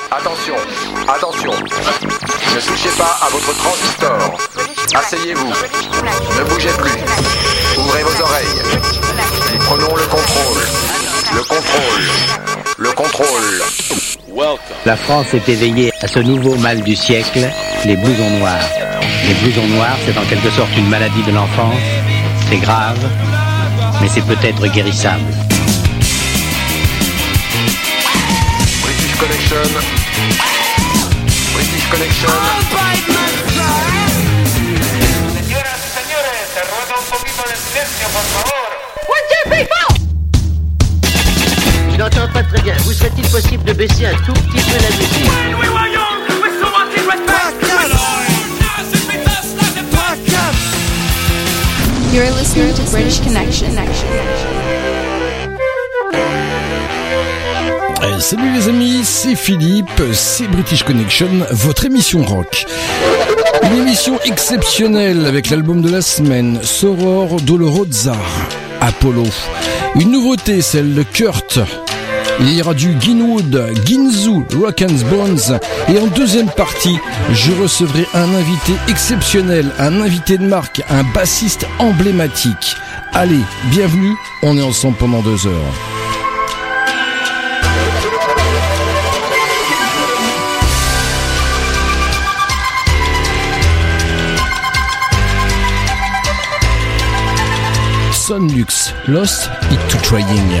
Attention, attention. Ne touchez pas à votre transistor. Asseyez-vous. Ne bougez plus. Ouvrez vos oreilles. Nous prenons le contrôle. Le contrôle. Le contrôle. La France est éveillée à ce nouveau mal du siècle, les blousons noirs. Les blousons noirs, c'est en quelque sorte une maladie de l'enfance. C'est grave, mais c'est peut-être guérissable. British Connection. British Connection. Señoras y señores, te ruego un poquito de silencio, por favor. Je n'entends pas très bien. Vous serait-il possible de baisser un tout petit peu la musique? You're listening to British Connection. Salut les amis, c'est Philippe, c'est British Connection, votre émission rock. Une émission exceptionnelle avec l'album de la semaine, Soror Dolorosa, Apollo. Une nouveauté, celle de Kurt. Il y aura du Ginwood, Ginzu, Rock and Bones. Et en deuxième partie, je recevrai un invité exceptionnel, un invité de marque, un bassiste emblématique. Allez, bienvenue, on est ensemble pendant 2 heures. Sonlux, Lost It to Trying.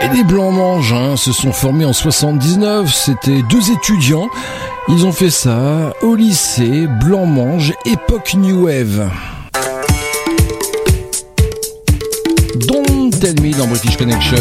Et les Blancs-Manges se sont formés en 79, c'était 2 étudiants. Ils ont fait ça au lycée Blancs-Manges, époque New Wave. Don't Tell Me dans British Connection.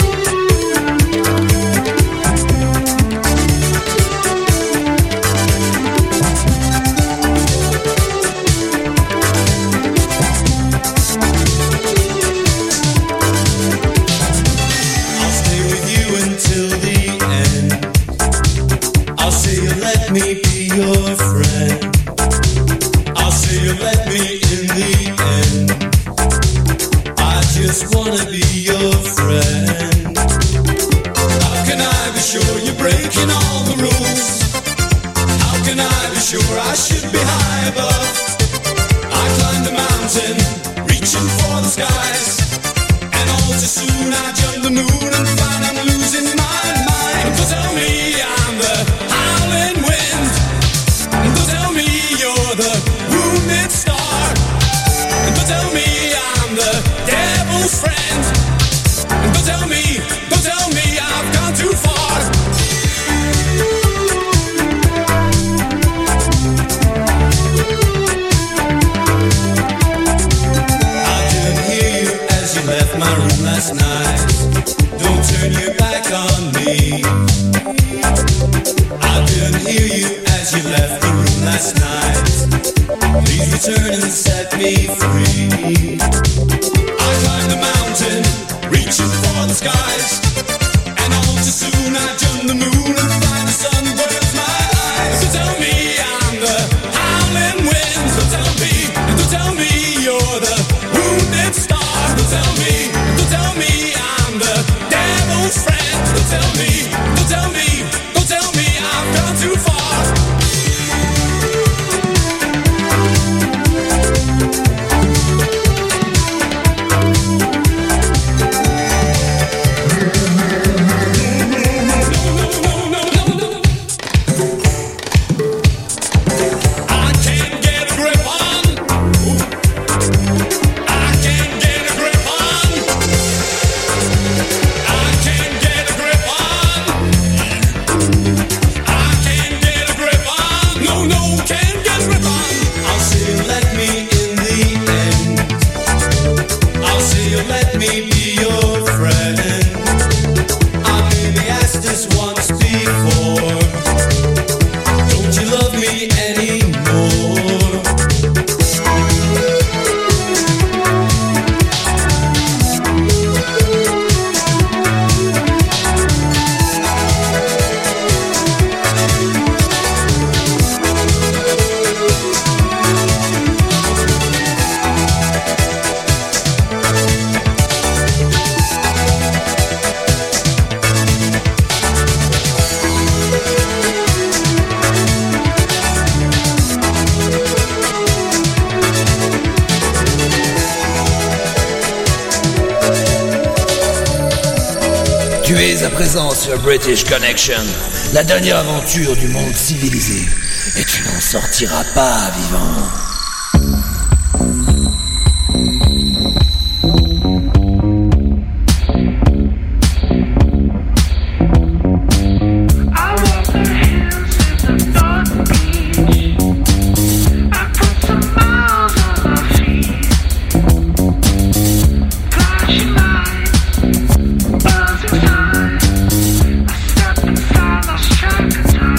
Tu es à présent sur British Connection, la dernière aventure du monde civilisé, et tu n'en sortiras pas vivant.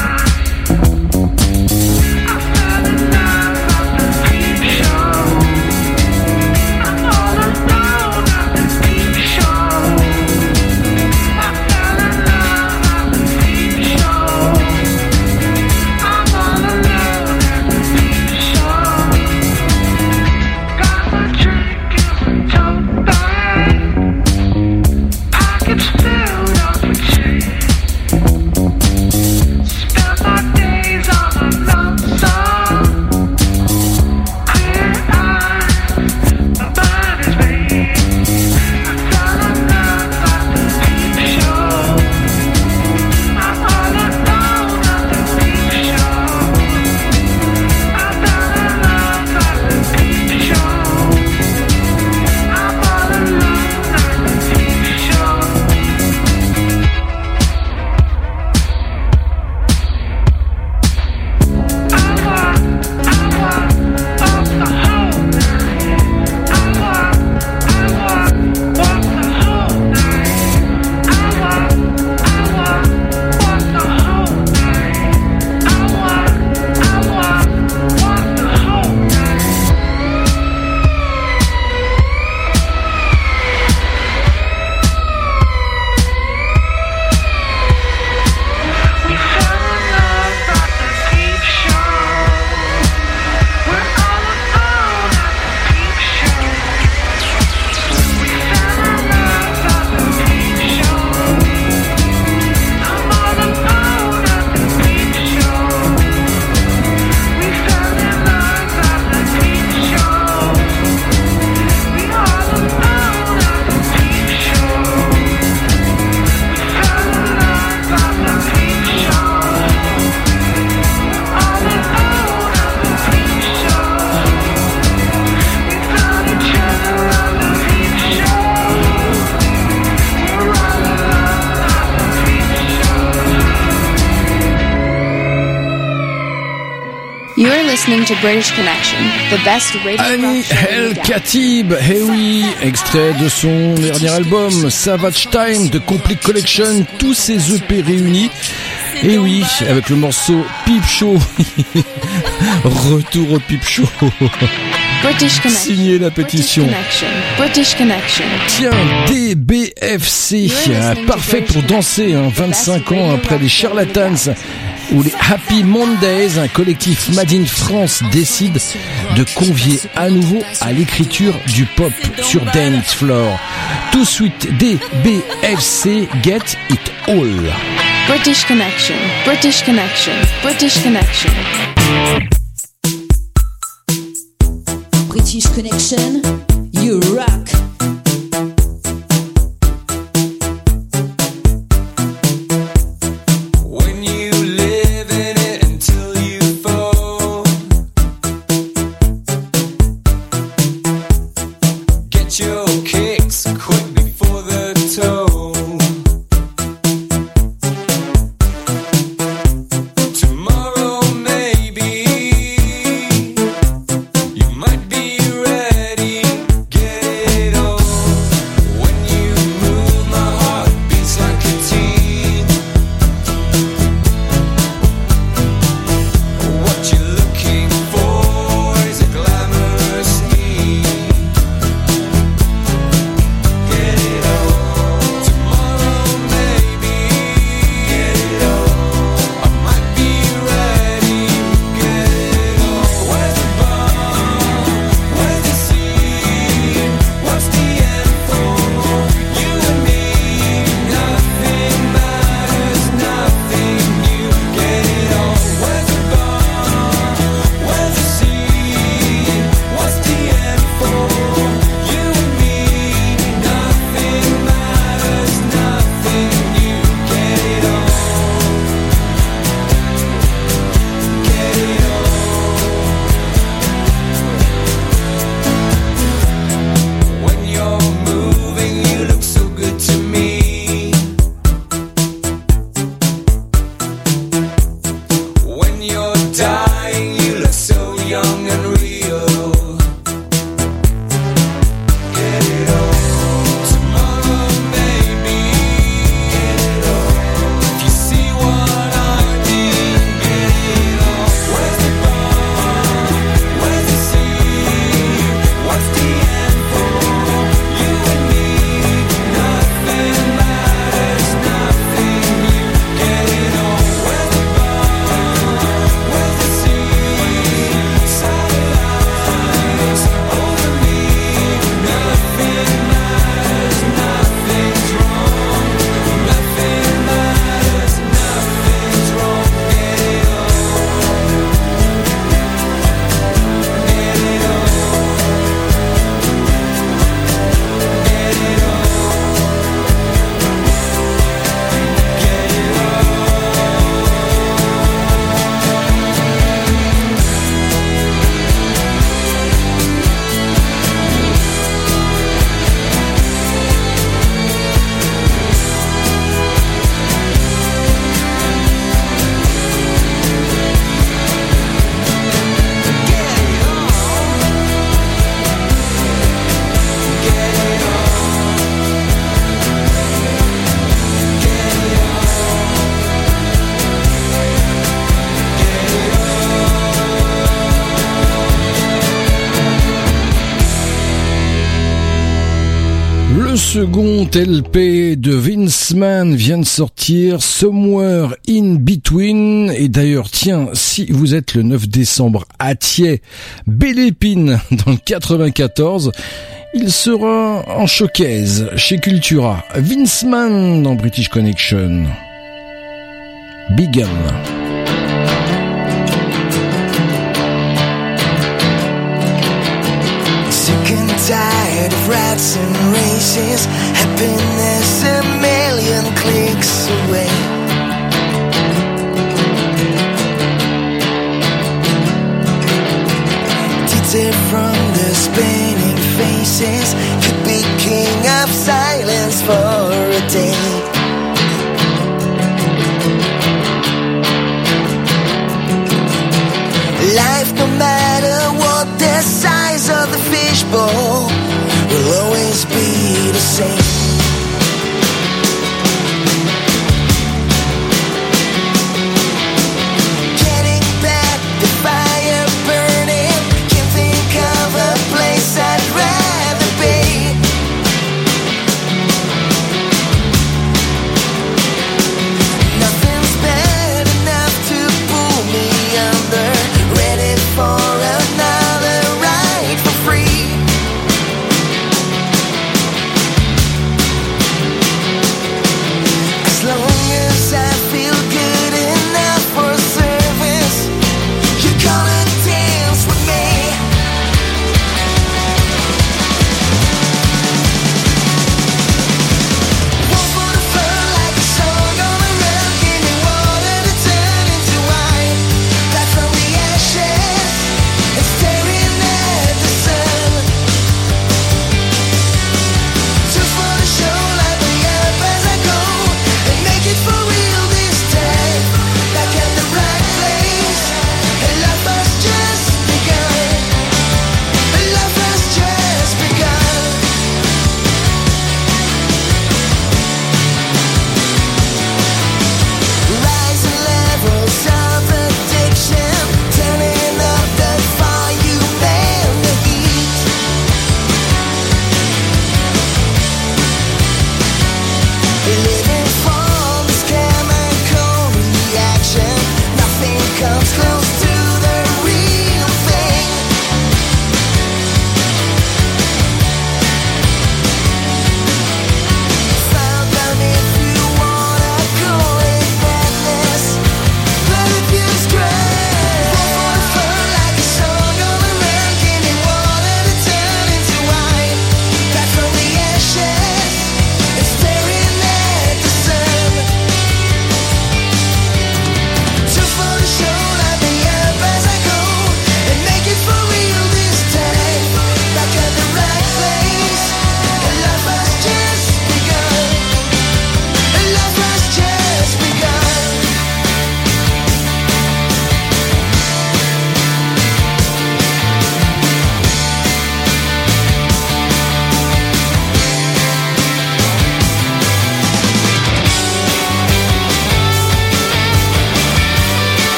I fell in love at the peep show. listening to British Connection, the best radio Annie rock show in El the Khatib, eh oui, extrait de son dernier album Savage Time de Complete Collection, tous ses EP réunis. Et oui, avec le morceau Peep Show. Retour au Peep Show. British Connection. Signez la pétition. British Connection. Tiens, DBFC, parfait pour danser, 25 ans après les Charlatans ou les Happy Mondays, un collectif Made in France décide de convier à nouveau à l'écriture du pop sur Dance Floor. Tout de suite, DBFC, Get It All. British Connection. British Connection. British Connection. British Connection, you rock. Le second LP de Vince Mann vient de sortir, Somewhere in Between. Et d'ailleurs, tiens, si vous êtes le 9 décembre à Thiais, Belle Épine, dans le 94, il sera en showcase chez Cultura. Vince Mann dans British Connection. Big Gun. Tired of rats and races, happiness a million clicks away. Teacher from the spinning faces could be king of silence for a day. Life no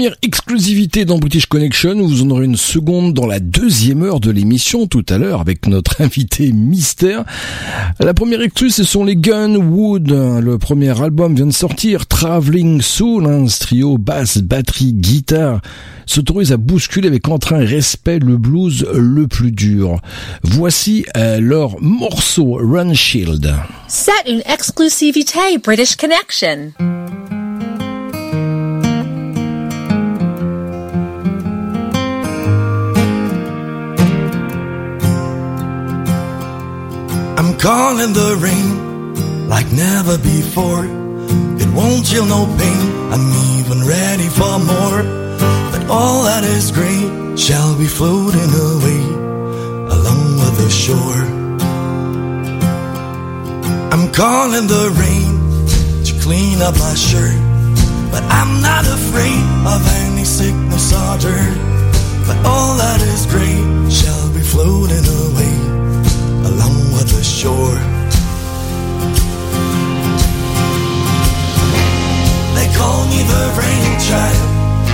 Première exclusivité dans British Connection, vous en aurez une seconde dans la deuxième heure de l'émission tout à l'heure avec notre invité mystère. La première exclue, ce sont les Gunwood. Le premier album vient de sortir, Traveling Soul, un trio basse, batterie, guitare, s'autorise à bousculer avec entrain et respect le blues le plus dur. Voici leur morceau Run Shield. C'est une exclusivité British Connection. I'm calling the rain like never before. It won't chill no pain, I'm even ready for more. But all that is great shall be floating away along with the shore. I'm calling the rain to clean up my shirt, but I'm not afraid of any sickness or dirt. But all that is great shall be floating away along with the shore. They call me the rain child.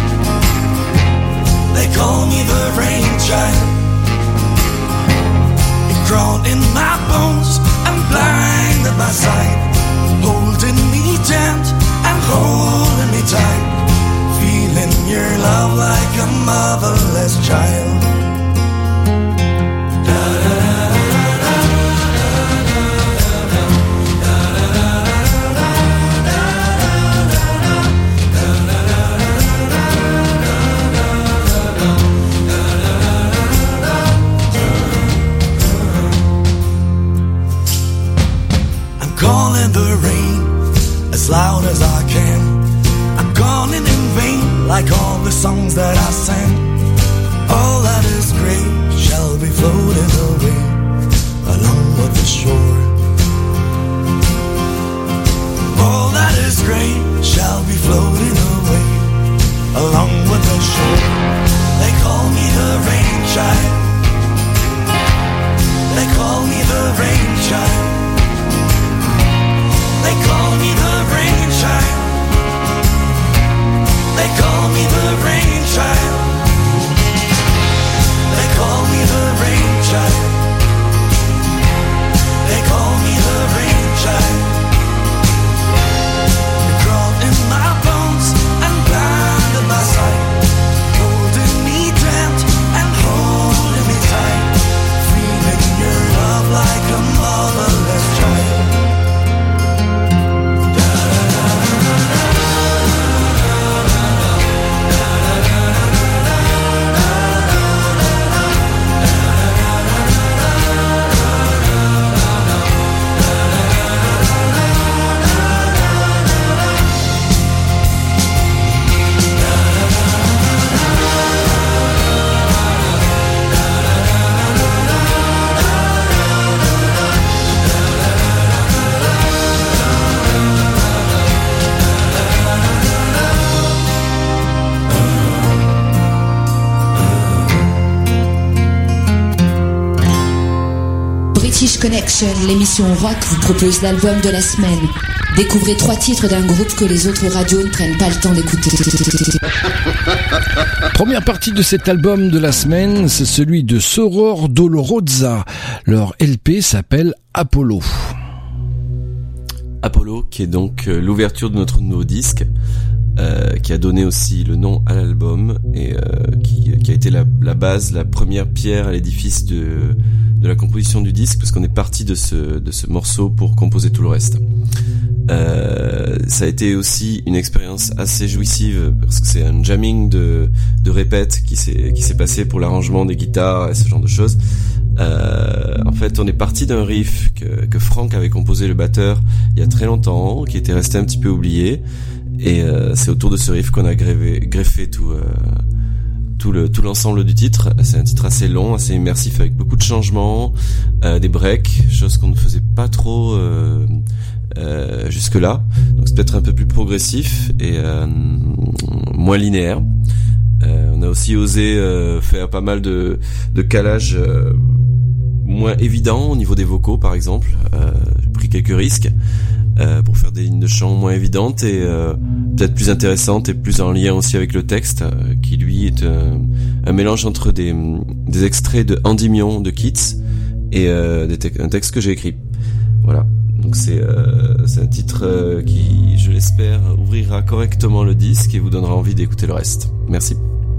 They call me the rain child. It crawled in my bones and blinded my sight, holding me gent and holding me tight, feeling your love like a motherless child. Calling the rain as loud as I can. I'm calling in vain like all the songs that I sang. All that is great shall be floating away along with the shore. All that is great shall be floating away along with the shore. They call me the rain child. They call me the rain child. They call me the rain child. They call me the rain child. They call me the rain child. They call me the rain child. You crawled in my bones and blinded my sight, holding me tight and holding me tight, feeling your love like a motherless child. British Connection, l'émission rock, vous propose l'album de la semaine. Découvrez 3 titres d'un groupe que les autres radios ne prennent pas le temps d'écouter. Première partie de cet album de la semaine, c'est celui de Soror Dolorosa. Leur LP s'appelle Apollo. Apollo, qui est donc l'ouverture de notre nouveau disque, qui a donné aussi le nom à l'album et qui a été la base, la première pierre à l'édifice de la composition du disque, parce qu'on est parti de ce morceau pour composer tout le reste. Ça a été aussi une expérience assez jouissive, parce que c'est un jamming de répète qui s'est passé pour l'arrangement des guitares et ce genre de choses. En fait, on est parti d'un riff que Franck avait composé, le batteur, il y a très longtemps, qui était resté un petit peu oublié, et c'est autour de ce riff qu'on a greffé tout l'ensemble du titre. C'est un titre assez long, assez immersif, avec beaucoup de changements, des breaks, chose qu'on ne faisait pas trop jusque là. Donc c'est peut-être un peu plus progressif et moins linéaire. On a aussi osé faire pas mal de calages moins évidents au niveau des vocaux, par exemple. J'ai pris quelques risques pour faire des lignes de chant moins évidentes et peut-être plus intéressante et plus en lien aussi avec le texte, qui lui est un mélange entre des extraits de Endymion de Keats et un texte que j'ai écrit. Voilà. Donc c'est un titre qui, je l'espère, ouvrira correctement le disque et vous donnera envie d'écouter le reste. Merci.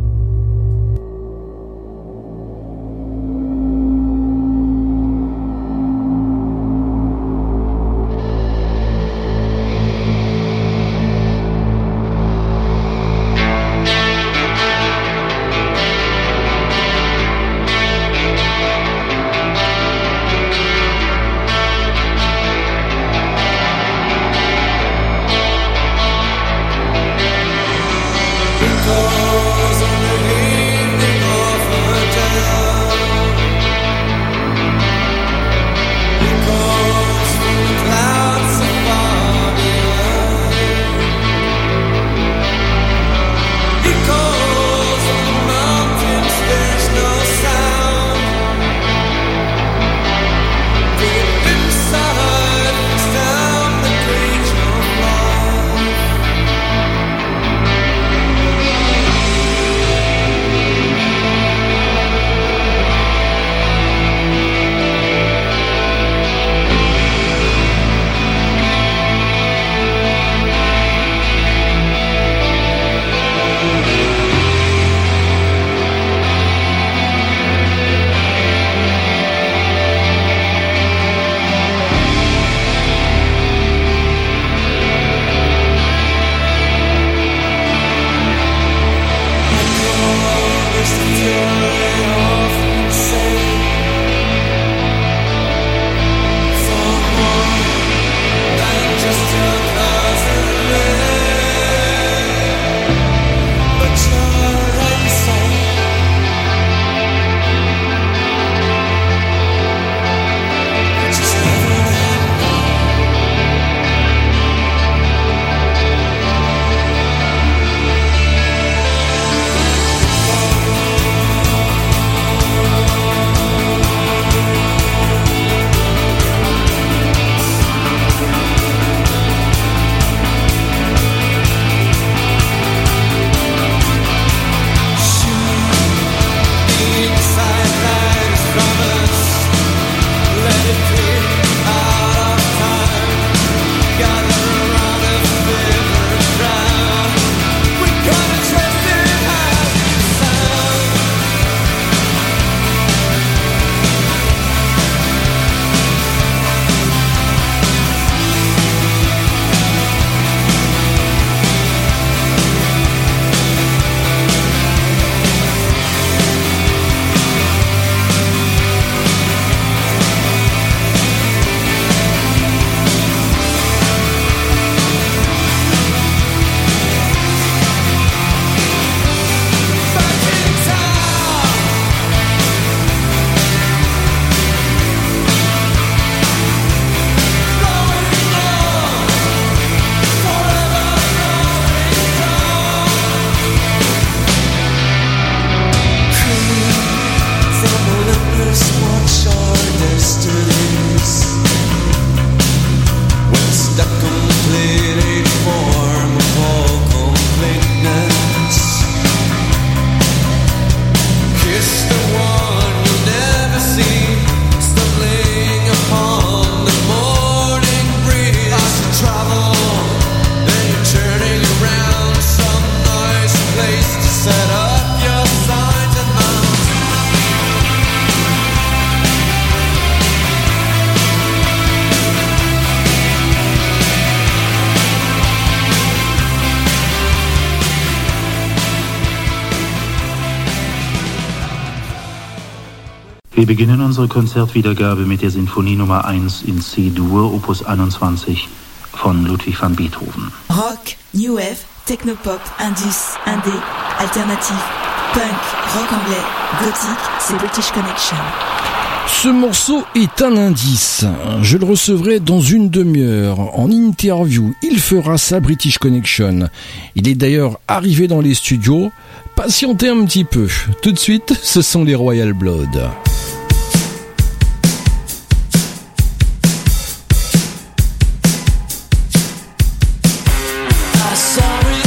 Wir beginnen unsere Konzertwiedergabe mit der Sinfonie Nummer 1 in C-Dur, Opus 21 von Ludwig van Beethoven. Rock, New Wave, Technopop, Indus, Indé, Alternative, Punk, Rock anglais, Gothique, c'est British Connection. Ce morceau est un indice. Je le recevrai dans une demi-heure en interview. Il fera sa British Connection. Il est d'ailleurs arrivé dans les studios. Patientez un petit peu. Tout de suite, ce sont les Royal Blood. Sorry.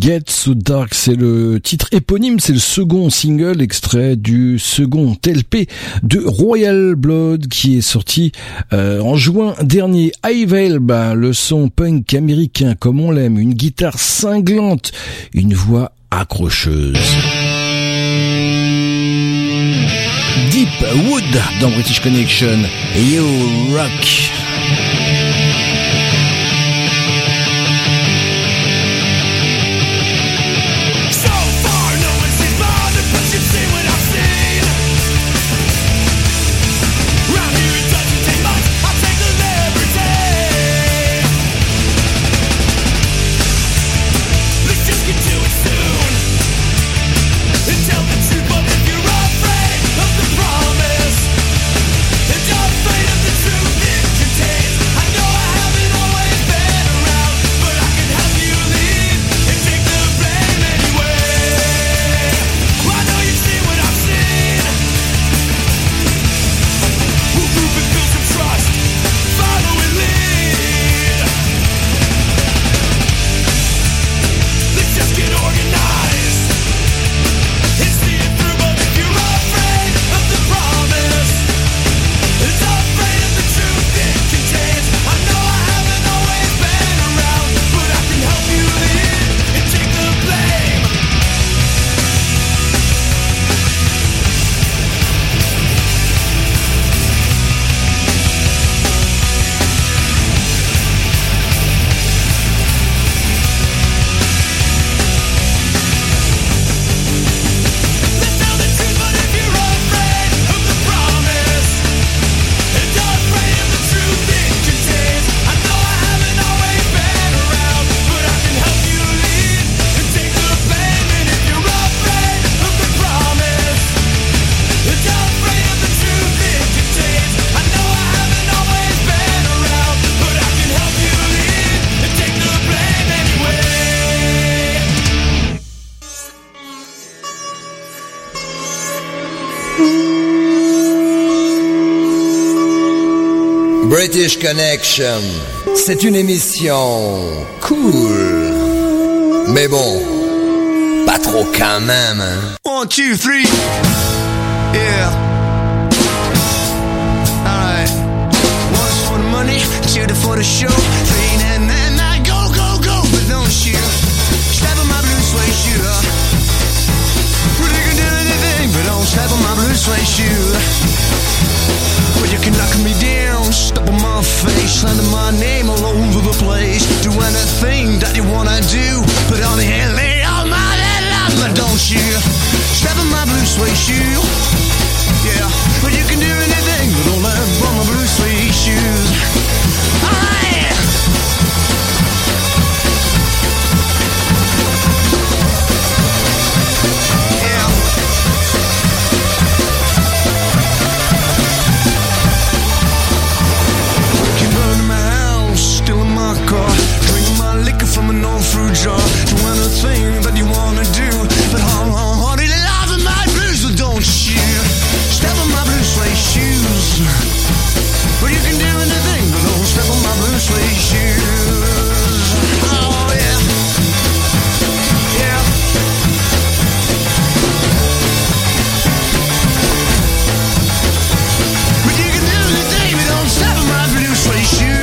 Get So Dark, c'est le titre éponyme, c'est le second single extrait du second LP de Royal Blood qui est sorti en juin dernier. High Veil, le son punk américain comme on l'aime, une guitare cinglante, une voix accrocheuse. Deep Wood dans British Connection, You Rock. British Connection, c'est une émission cool, mais bon, pas trop quand même. Hein? 1, 2, 3, yeah. Alright. 1 for the money, 2 for the show, 3 and then I go, go, go, but don't you step on my blue suede shoe. Well, you can do anything, but don't step on my blue suede shoe. Well, you can knock me down, step on my face, slander my name all over the place. Do anything that you wanna do, but on the end, lay on my head, but don't you step on my blue suede shoe. Yeah, well, you can do anything, but don't let on my blue suede shoes. Alright. From an old fruit jar, do anything that you wanna do, but hold on, honey, the life of my blues, so don't you step on my blue suede shoes. Well, you can do anything, but don't step on my blue suede shoes. Oh yeah, yeah. But you can do anything, but don't step on my blue suede shoes.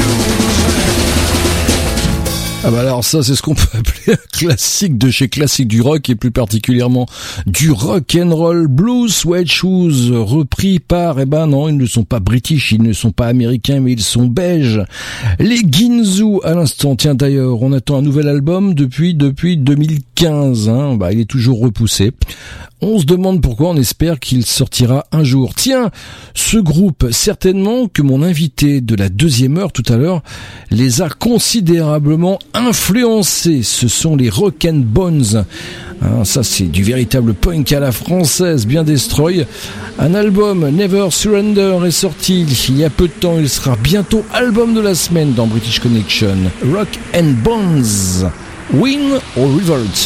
Ah bah alors ça c'est ce qu'on peut appeler un classique de chez classique du rock et plus particulièrement du rock and roll. Blue Suede Shoes repris par, eh ben non, ils ne sont pas british, ils ne sont pas américains, mais ils sont belges. Les Ginzu à l'instant. Tiens d'ailleurs, on attend un nouvel album depuis 2015, hein. Bah il est toujours repoussé. On se demande pourquoi, on espère qu'il sortira un jour. Tiens, ce groupe, certainement que mon invité de la deuxième heure tout à l'heure les a considérablement influencés. Ce sont les Rock and Bones. Hein, ça c'est du véritable punk à la française, bien destroy. Un album, Never Surrender, est sorti il y a peu de temps. Il sera bientôt album de la semaine dans British Connection. Rock and Bones, Win or Revolt.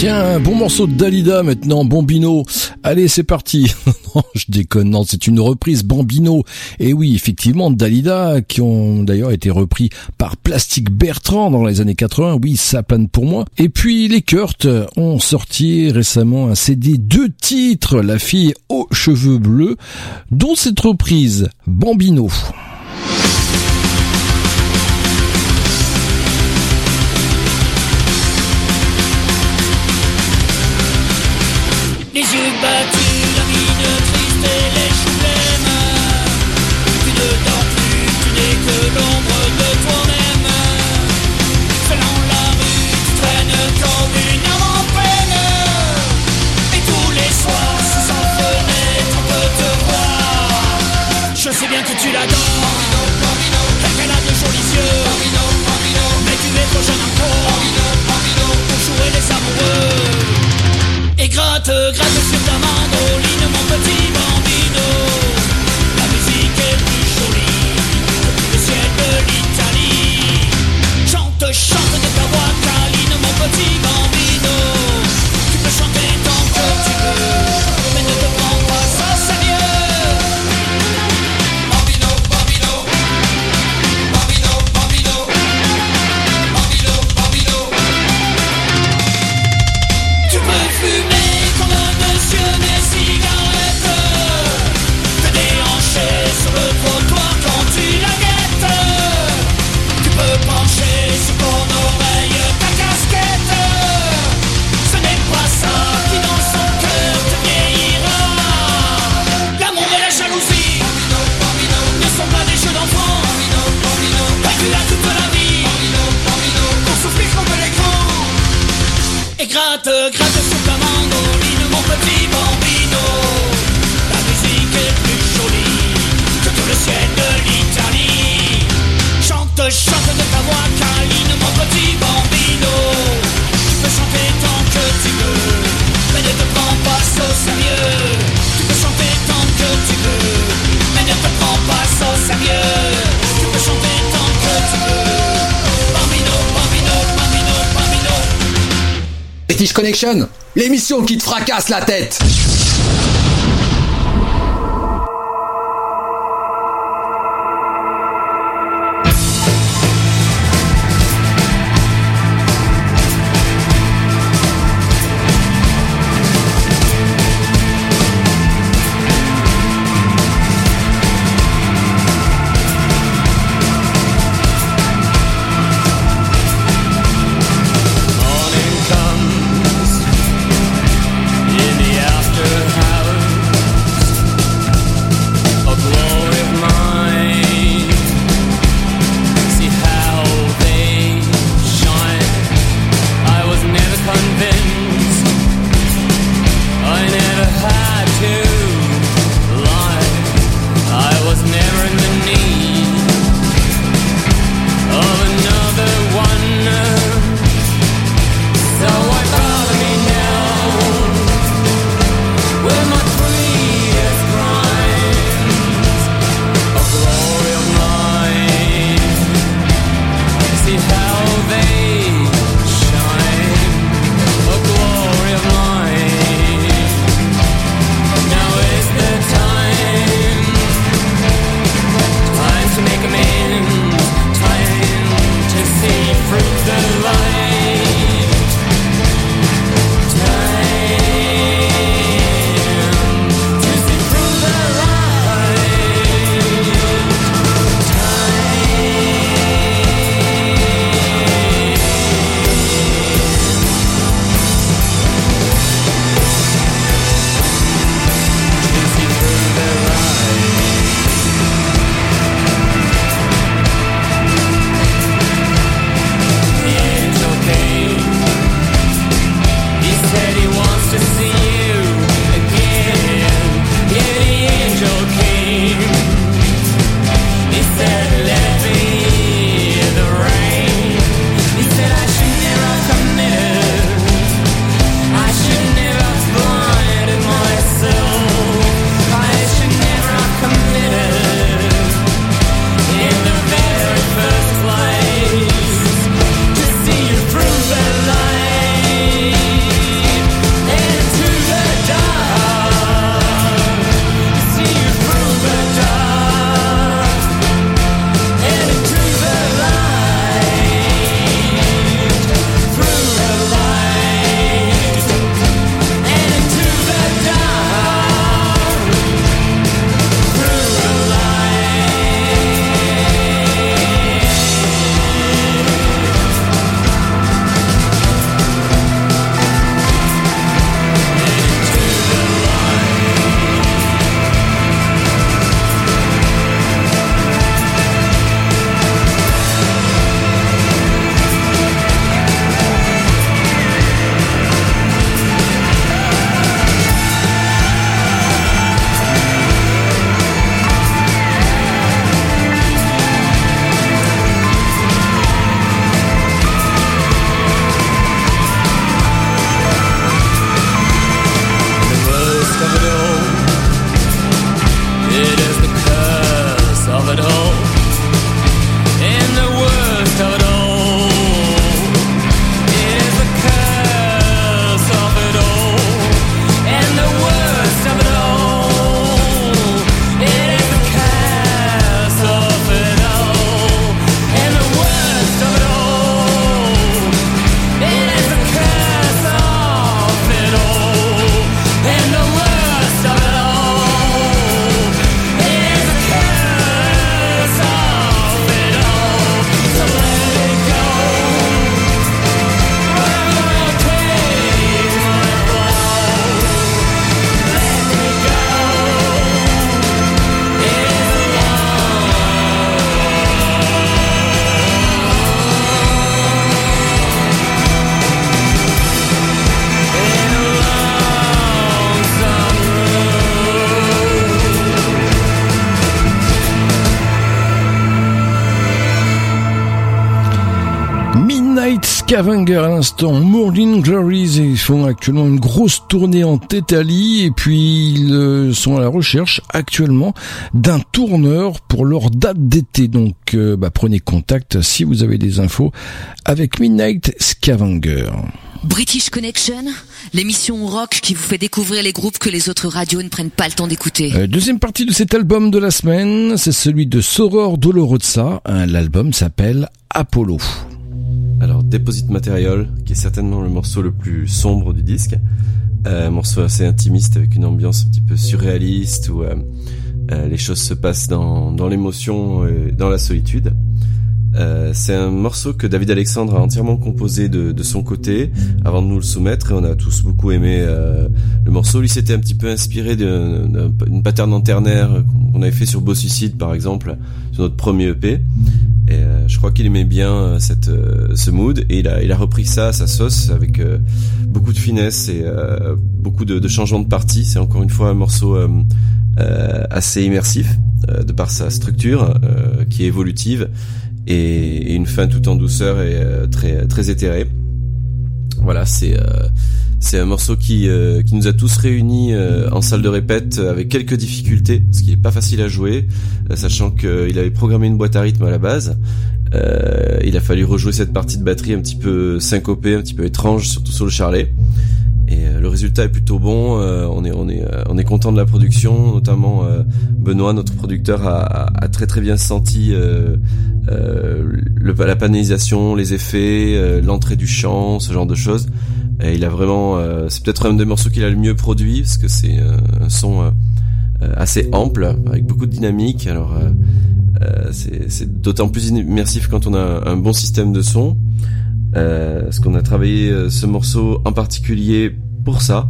Tiens, un bon morceau de Dalida maintenant, Bambino. Allez, c'est parti. Non, je déconne, non, c'est une reprise Bambino. Et oui, effectivement, Dalida, qui ont d'ailleurs été repris par Plastic Bertrand dans les années 80. Oui, ça plane pour moi. Et puis, les Kurt ont sorti récemment un CD, 2 titres, La fille aux cheveux bleus, dont cette reprise, Bambino. Les yeux battus, la mine triste et les joues blêmes. Tu ne dors plus, tu n'es que l'ombre de toi-même. Seul dans la rue, tu traînes comme une âme en peine. Et tous les soirs, sous sa fenêtre, on peut te voir. Je sais bien que tu l'adores, car elle a de jolis yeux. Mais tu es trop jeune encore pour jouer les amoureux. Et gratte sur ta mandoline, mon petit bambino. La musique est plus jolie que le ciel de l'Italie. Chante de ta voix câline, mon petit bambino. Tu peux chanter tant que tu veux, mais ne te prends pas ça sérieux. Bambino, bambino, bambino, bambino, bambino, bambino. Tu peux fumer des cigarettes, te déhancher sur le trottoir quand tu la guettes. Tu peux pencher sur ton oreille ta casquette. Ce n'est pas ça qui dans son cœur te vieillira. L'amour et la jalousie ne sont pas des jeux d'enfants. Tu as toute la vie pour souffrir comme l'écran. Et gratte sur ta mandoline, mon petit bambino. La musique est plus jolie que tout le ciel de l'Italie. Chante de ta voix câline, mon petit bambino. Tu peux chanter tant que tu veux, mais ne te prends pas ça au sérieux. Tu peux chanter tant que tu veux, mais ne te prends pas ça au sérieux. Tu peux chanter tant que tu veux. Bambino, bambino, bambino, bambino. British Connection, l'émission qui te fracasse la tête. Morning comes in the afternoon. Scavenger à l'instant, Morning Glories, ils font actuellement une grosse tournée en Italie et puis ils sont à la recherche actuellement d'un tourneur pour leur date d'été. Donc prenez contact si vous avez des infos avec Midnight Scavenger. British Connection, l'émission rock qui vous fait découvrir les groupes que les autres radios ne prennent pas le temps d'écouter. Deuxième partie de cet album de la semaine, c'est celui de Soror Dolorosa. L'album s'appelle Apollo. Alors, Deposit Material, qui est certainement le morceau le plus sombre du disque. Un morceau assez intimiste avec une ambiance un petit peu surréaliste où les choses se passent dans l'émotion et dans la solitude. C'est un morceau que David Alexandre a entièrement composé de son côté avant de nous le soumettre et on a tous beaucoup aimé le morceau. Lui s'était un petit peu inspiré d'une pattern en ternaire qu'on avait fait sur Beau Suicide par exemple, sur notre premier EP. Et je crois qu'il aimait bien ce mood et il a repris ça à sa sauce avec beaucoup de finesse et beaucoup de changements de parties. C'est encore une fois un morceau assez immersif de par sa structure qui est évolutive et une fin tout en douceur et très très éthérée. Voilà, c'est un morceau qui nous a tous réunis en salle de répète avec quelques difficultés parce qu'il est pas facile à jouer, sachant qu'il avait programmé une boîte à rythme à la base. Il a fallu rejouer cette partie de batterie un petit peu syncopée, un petit peu étrange, surtout sur le charlet. Et le résultat est plutôt bon. On est content de la production, notamment Benoît, notre producteur, a très très bien senti la panélisation, les effets, l'entrée du chant, ce genre de choses. Et il a vraiment, c'est peut-être un des morceaux qu'il a le mieux produit parce que c'est un son assez ample avec beaucoup de dynamique. Alors c'est d'autant plus immersif quand on a un bon système de son. Parce qu'on a travaillé ce morceau en particulier pour ça,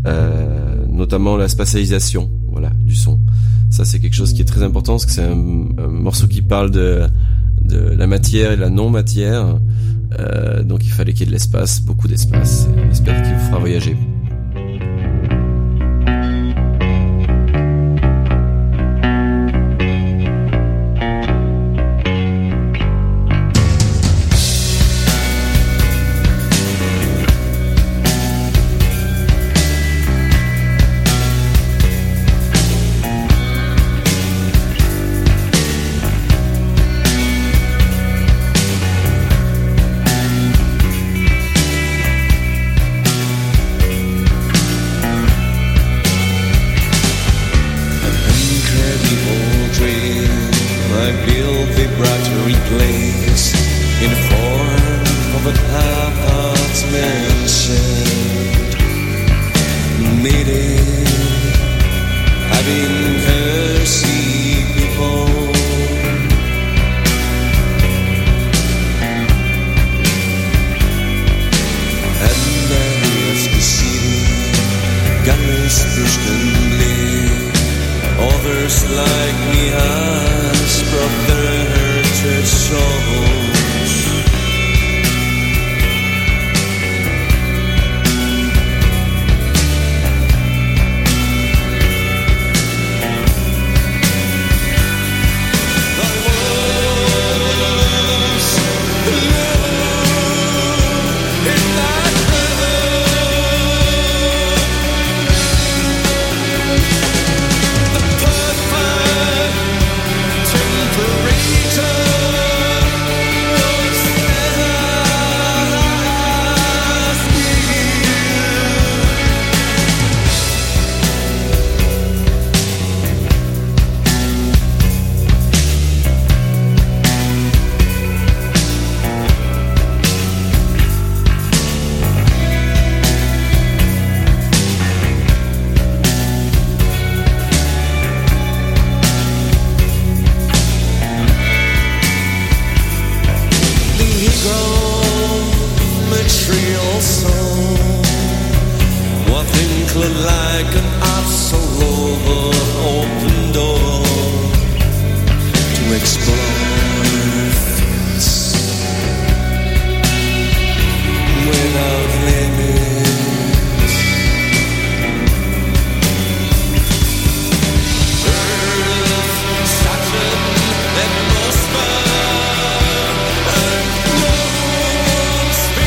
notamment la spatialisation, voilà, du son. Ça c'est quelque chose qui est très important parce que c'est un morceau qui parle de la matière et de la non-matière, donc il fallait qu'il y ait de l'espace, beaucoup d'espace. J'espère qu'il vous fera voyager. Atmosphere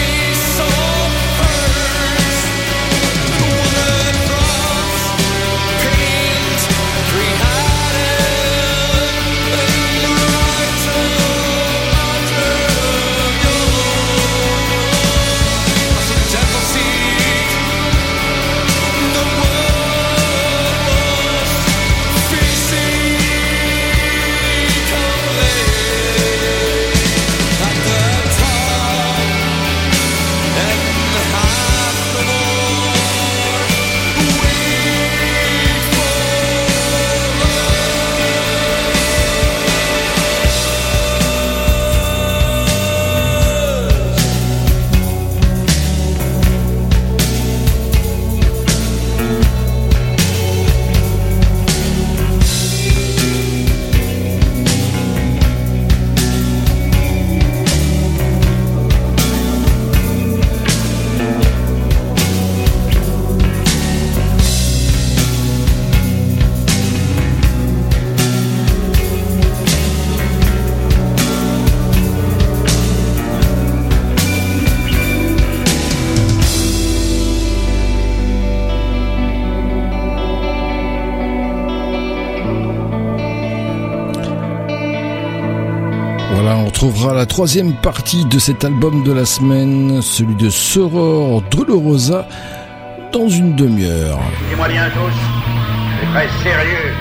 retrouvera la troisième partie de cet album de la semaine, celui de Soror Dolorosa, dans une demi-heure. Écoutez-moi bien tous, c'est très sérieux.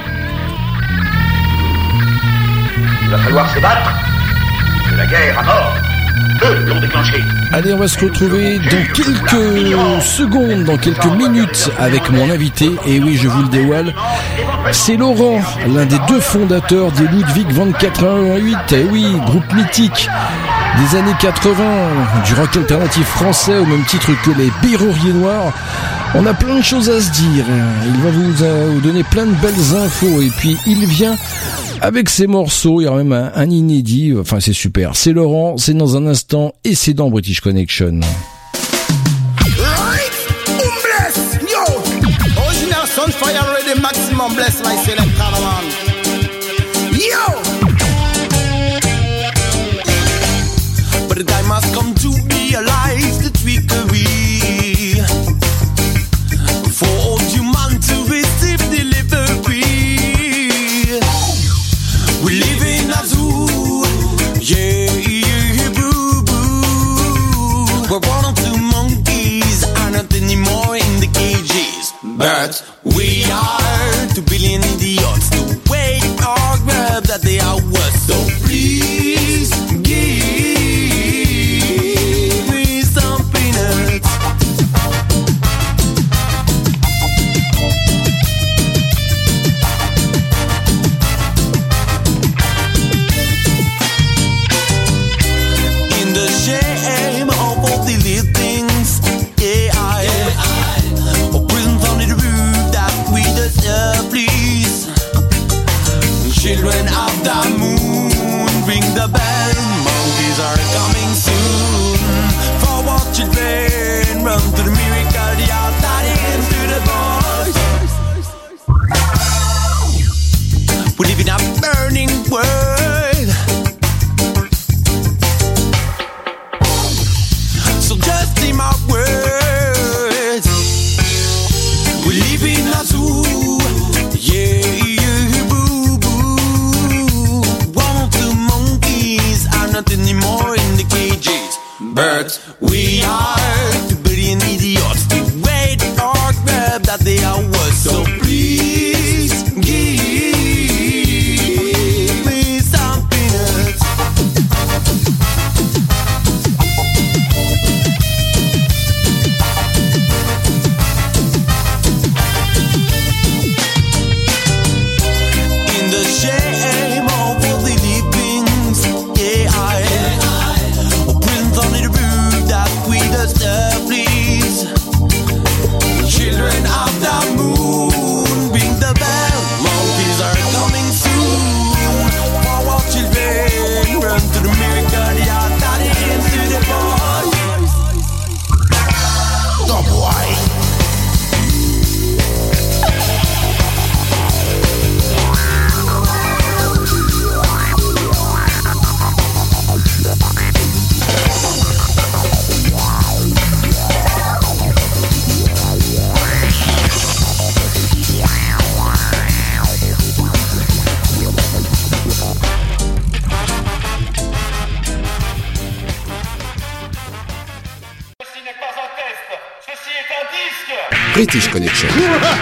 Il va falloir se battre, parce que la guerre à mort, eux l'ont déclenchée. Allez, on va se retrouver dans quelques secondes, dans quelques minutes avec mon invité. Et oui, je vous le dévoile, c'est Laurent, l'un des deux fondateurs des Ludwig 2488. Et oui, groupe mythique des années 80, du rock alternatif français au même titre que les Berruriers Noirs. On a plein de choses à se dire. Il va vous donner plein de belles infos. Et puis, il vient avec ses morceaux. Il y aura même un inédit. Enfin, c'est super. C'est Laurent, c'est dans un instant et c'est dans British Connection. Right? Bless, yo! Original Sunfire ready, maximum bless my select caravan. Yo! But the time has come to realize the trickery. For all human to receive delivery. We live in a zoo, yeah, boo boo. We're one or two monkeys, are not anymore in the cages. But we are 2 billion idiots to wait or grab that they are worth. So please give me some peanuts. Shame of all the little things, yeah, or prisons on the roof that we deserve, please. Children of the moon, ring the bell, monkeys are coming soon. For what children, run to the miracle, the outside into the voice. We live in a burning world. So just in my words, we live in a zoo, yeah, boo boo. One or two monkeys are not anymore in the cages, but we are 2 billion idiots to wait or grab that they are worth. So please give me some peanuts. Shame of all the livings, yeah, or prisons on the roof that we deserve, please. Children of the moon, ring the bell, monkeys are coming soon. For our children, run to the miracle, yeah, that into the boy. Oh boy. British Connection.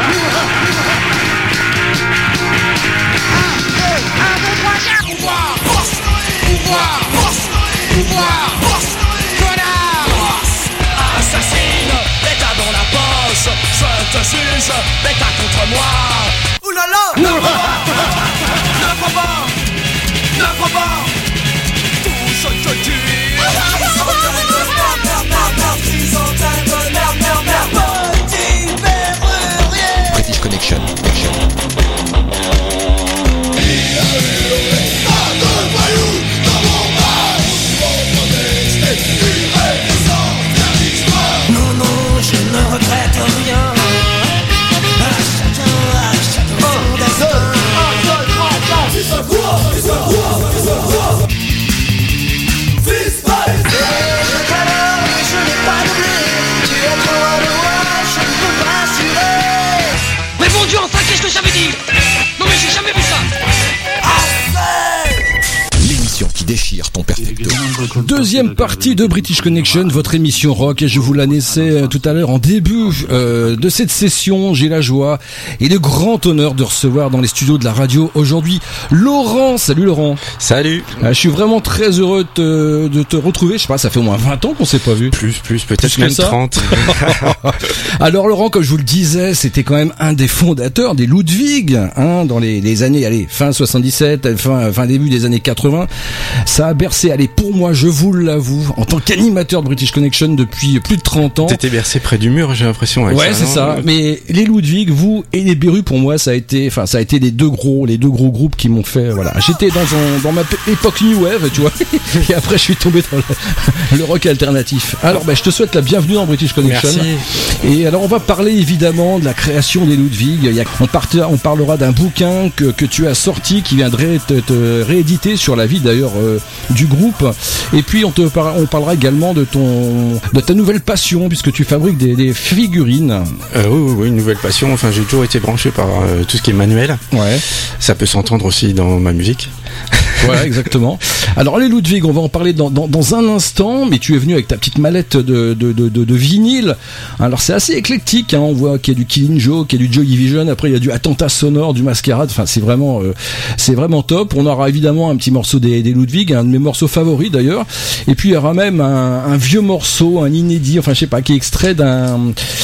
Assassine, l'État dans la poche, je te juge, l'État contre moi. Ouh là là, ne crois pas, ne crois pas, tout ce que tu dis. British Connection. Non, non, je ne regrette rien. À chacun son destin. Fils Deuxième partie de British Connection, votre émission rock, et je vous l'annonçais tout à l'heure en début de cette session. J'ai la joie et le grand honneur de recevoir dans les studios de la radio aujourd'hui Laurent. Salut Laurent. Salut. Je suis vraiment très heureux de te retrouver. Je sais pas, ça fait au moins 20 ans qu'on s'est pas vu. Plus, peut-être même 30. Alors Laurent, comme je vous le disais, c'était quand même un des fondateurs des Ludwig, hein, dans les années, fin 77, fin début des années 80. Ça a bercé, pour moi, je vous l'avoue, en tant qu'animateur de British Connection depuis plus de 30 ans. T'étais bercé près du mur, j'ai l'impression. Ouais, c'est ça. Mais les Ludwig, vous et les Berus, pour moi, ça a été les deux gros groupes qui m'ont fait, voilà. J'étais dans ma époque New Wave, tu vois. Et après, je suis tombé dans le rock alternatif. Alors, je te souhaite la bienvenue dans British Connection. Merci. Et alors, on va parler évidemment de la création des Ludwig. On parlera d'un bouquin que tu as sorti, qui viendrait te rééditer sur la vie d'ailleurs du groupe. Et puis on parlera également de ta nouvelle passion, puisque tu fabriques des figurines. Oui, une nouvelle passion. Enfin, j'ai toujours été branché par tout ce qui est manuel. Ouais. Ça peut s'entendre aussi dans ma musique. Voilà, exactement. Alors les Ludwig, on va en parler dans un instant, mais tu es venu avec ta petite mallette de vinyle. Alors c'est assez éclectique, hein. On voit qu'il y a du Killing Joke, qu'il y a du Joy Division, après il y a du Attentat Sonore, du Masquerade. Enfin c'est vraiment top. On aura évidemment un petit morceau des Ludwig, un de mes morceaux favoris d'ailleurs. Et puis il y aura même un vieux morceau, un inédit, enfin je sais pas, qui est extrait de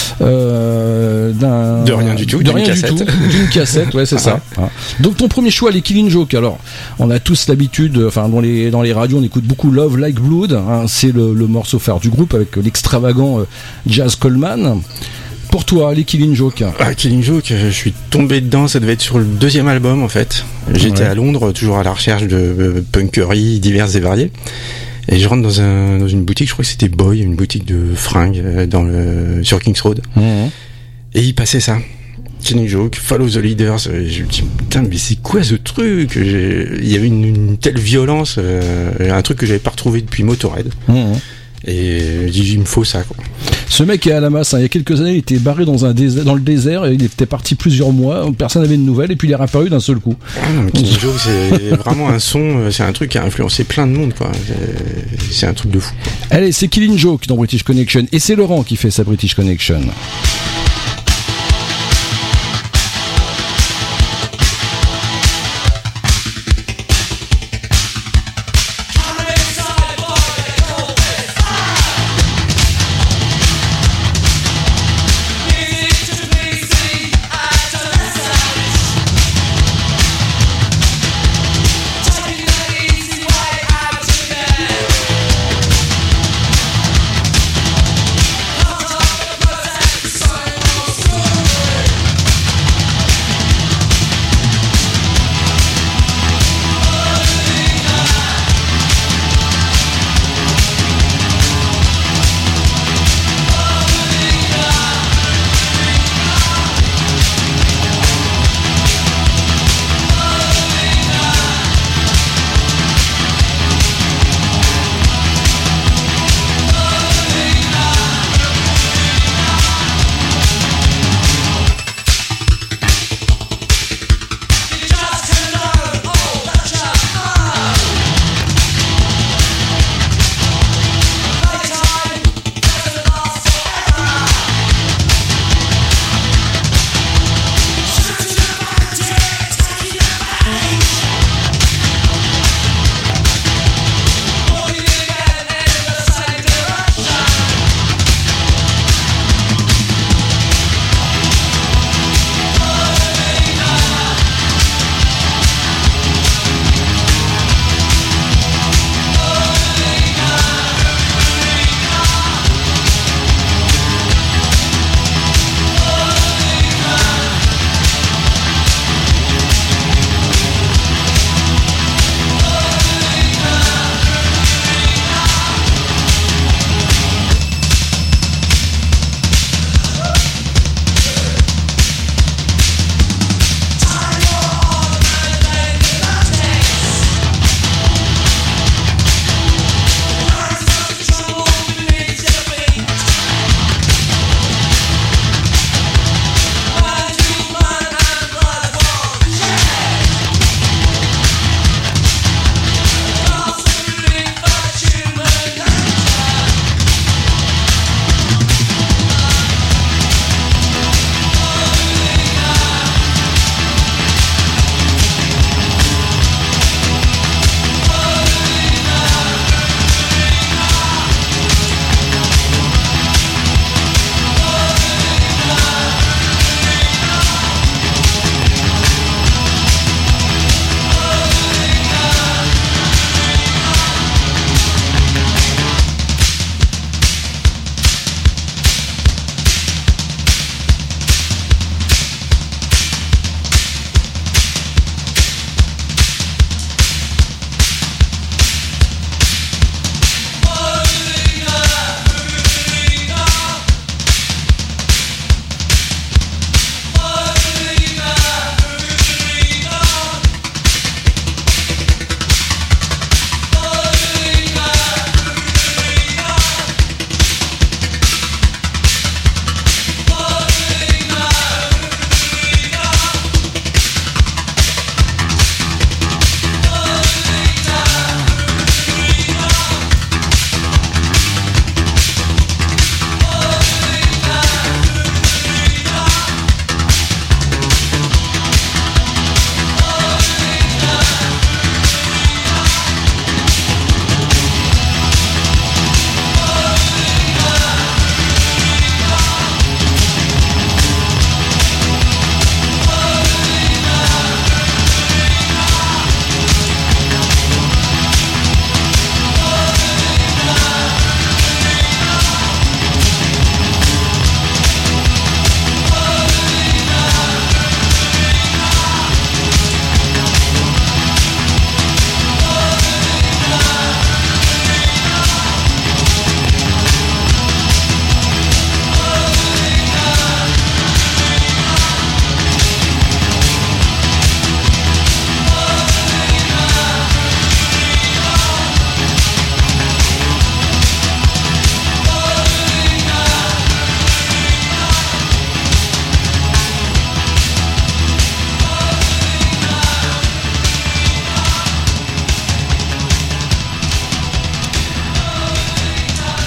rien du tout, d'une cassette, ouais c'est ça. Voilà. Donc ton premier choix, les Killing Joke. Alors on a tous l'habitude, enfin dans les radios on écoute beaucoup Love Like Blood, hein, c'est le morceau phare du groupe avec l'extravagant Jazz Coleman. Pour toi, les Killing Joke. Killing Joke, je suis tombé dedans, ça devait être sur le deuxième album en fait. J'étais à Londres, toujours à la recherche de punkeries diverses et variées. Et je rentre dans une boutique, je crois que c'était Boy, une boutique de fringues sur Kings Road. Et il passait ça. Killing Joke, Follow the Leaders. Et je me dis, putain, mais c'est quoi ce truc? Il y avait une telle violence, un truc que j'avais pas retrouvé depuis Motorhead. Et je dis, il me faut ça, quoi. Ce mec est à la masse, hein. Il y a quelques années, il était barré dans le désert, et il était parti plusieurs mois, personne n'avait de nouvelles, et puis il est réapparu d'un seul coup. Killing Joke, c'est vraiment un son, c'est un truc qui a influencé plein de monde, quoi. C'est un truc de fou, quoi. Allez, c'est Killing Joke dans British Connection, et c'est Laurent qui fait sa British Connection. So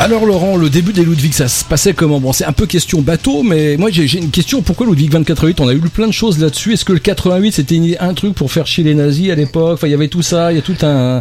Alors Laurent, le début des Ludwig, ça se passait comment? Bon, c'est un peu question bateau, mais moi j'ai une question. Pourquoi Ludwig 24-8? On a eu plein de choses là-dessus. Est-ce que le 88 c'était un truc pour faire chier les nazis à l'époque? Enfin, il y avait tout ça, il y a tout un...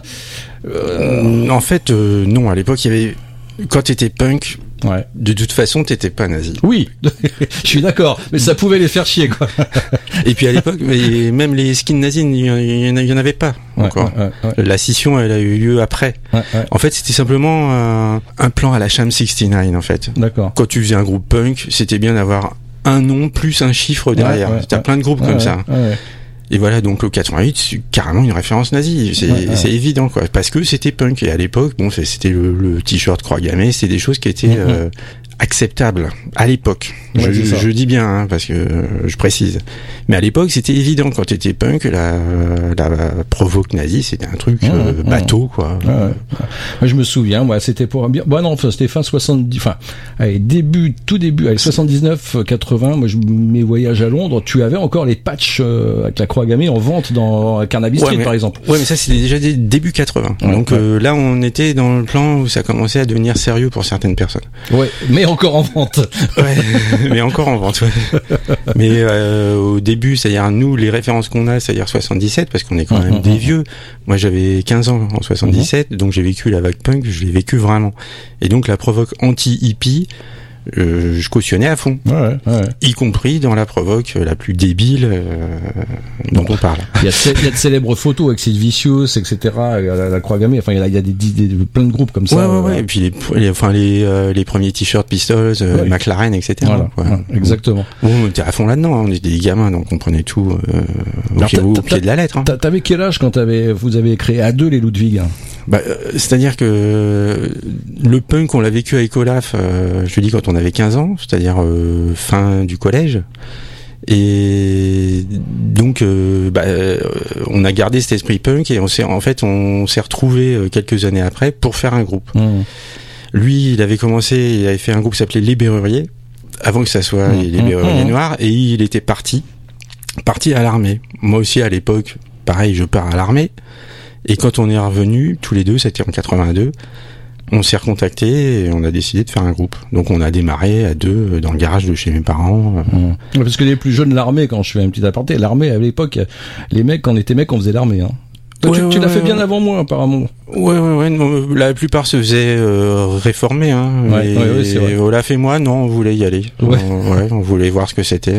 En fait, non, à l'époque, il y avait... Quand t'étais punk, ouais, de toute façon, t'étais pas nazi. Oui, je suis d'accord, mais ça pouvait les faire chier, quoi. Et puis à l'époque, même les skins nazis, il y en avait pas encore. Ouais. La scission, elle a eu lieu après. Ouais. En fait, c'était simplement un plan à la Sham 69, en fait. D'accord. Quand tu faisais un groupe punk, c'était bien d'avoir un nom plus un chiffre derrière. T'as plein de groupes comme ça. Ouais. Et voilà, donc le 88, c'est carrément une référence nazie. C'est évident, quoi. Parce que c'était punk. Et à l'époque, bon, c'était le t-shirt croix gammée, c'était des choses qui étaient acceptables à l'époque. Ouais, je dis bien, hein, parce que je précise. Mais à l'époque, c'était évident. Quand t'étais punk, la provoque nazie, c'était un truc bateau, quoi. Moi, je me souviens, moi, c'était pour un bien. Bon, non, c'était fin 70. Enfin, allez, tout début, allez, 79, 80. Moi, mes voyages à Londres, tu avais encore les patchs avec la croix gammée en vente dans Carnaby Street, par exemple. Ouais, mais ça, c'était déjà début 80. Donc là, on était dans le plan où ça commençait à devenir sérieux pour certaines personnes. Ouais, mais encore en vente. Ouais, mais encore en vente, ouais. Mais au début, c'est-à-dire nous, les références qu'on a, c'est-à-dire 77, parce qu'on est quand même des vieux. Moi, j'avais 15 ans en 77, donc j'ai vécu la vague punk, je l'ai vécu vraiment. Et donc la provoque anti-hippie, je cautionnais à fond, y compris dans la provoque la plus débile dont on parle. Il y a de célèbres photos avec Sid Vicious, etc. La croix gammée. Enfin, il y a plein de groupes comme ça. Ouais. Et puis les premiers t-shirts Pistols, McLaren, etc. Voilà. Exactement. Bon, on était à fond là-dedans. On était des gamins, donc on prenait tout au pied de la lettre. Hein. T'avais quel âge quand vous avez créé à deux les Ludwig? C'est-à-dire que le punk, on l'a vécu avec Olaf, je te dis, quand on avait 15 ans, c'est-à-dire fin du collège. Et donc, on a gardé cet esprit punk et on s'est retrouvés quelques années après pour faire un groupe. Lui, il avait fait un groupe qui s'appelait Les Berruriers, avant que ça soit les Berruriers Noirs, et il était parti à l'armée. Moi aussi, à l'époque, pareil, je pars à l'armée. Et quand on est revenu, tous les deux, c'était en 82, on s'est recontactés et on a décidé de faire un groupe. Donc on a démarré à deux dans le garage de chez mes parents. Parce que les plus jeunes, l'armée, quand je fais un petit aparté, l'armée à l'époque, les mecs, quand on était mecs, on faisait l'armée. Hein. Toi, tu l'as fait bien avant moi, apparemment. Ouais. Non, la plupart se faisaient réformer. Hein, c'est vrai. Olaf et moi, non, on voulait y aller. On voulait voir ce que c'était.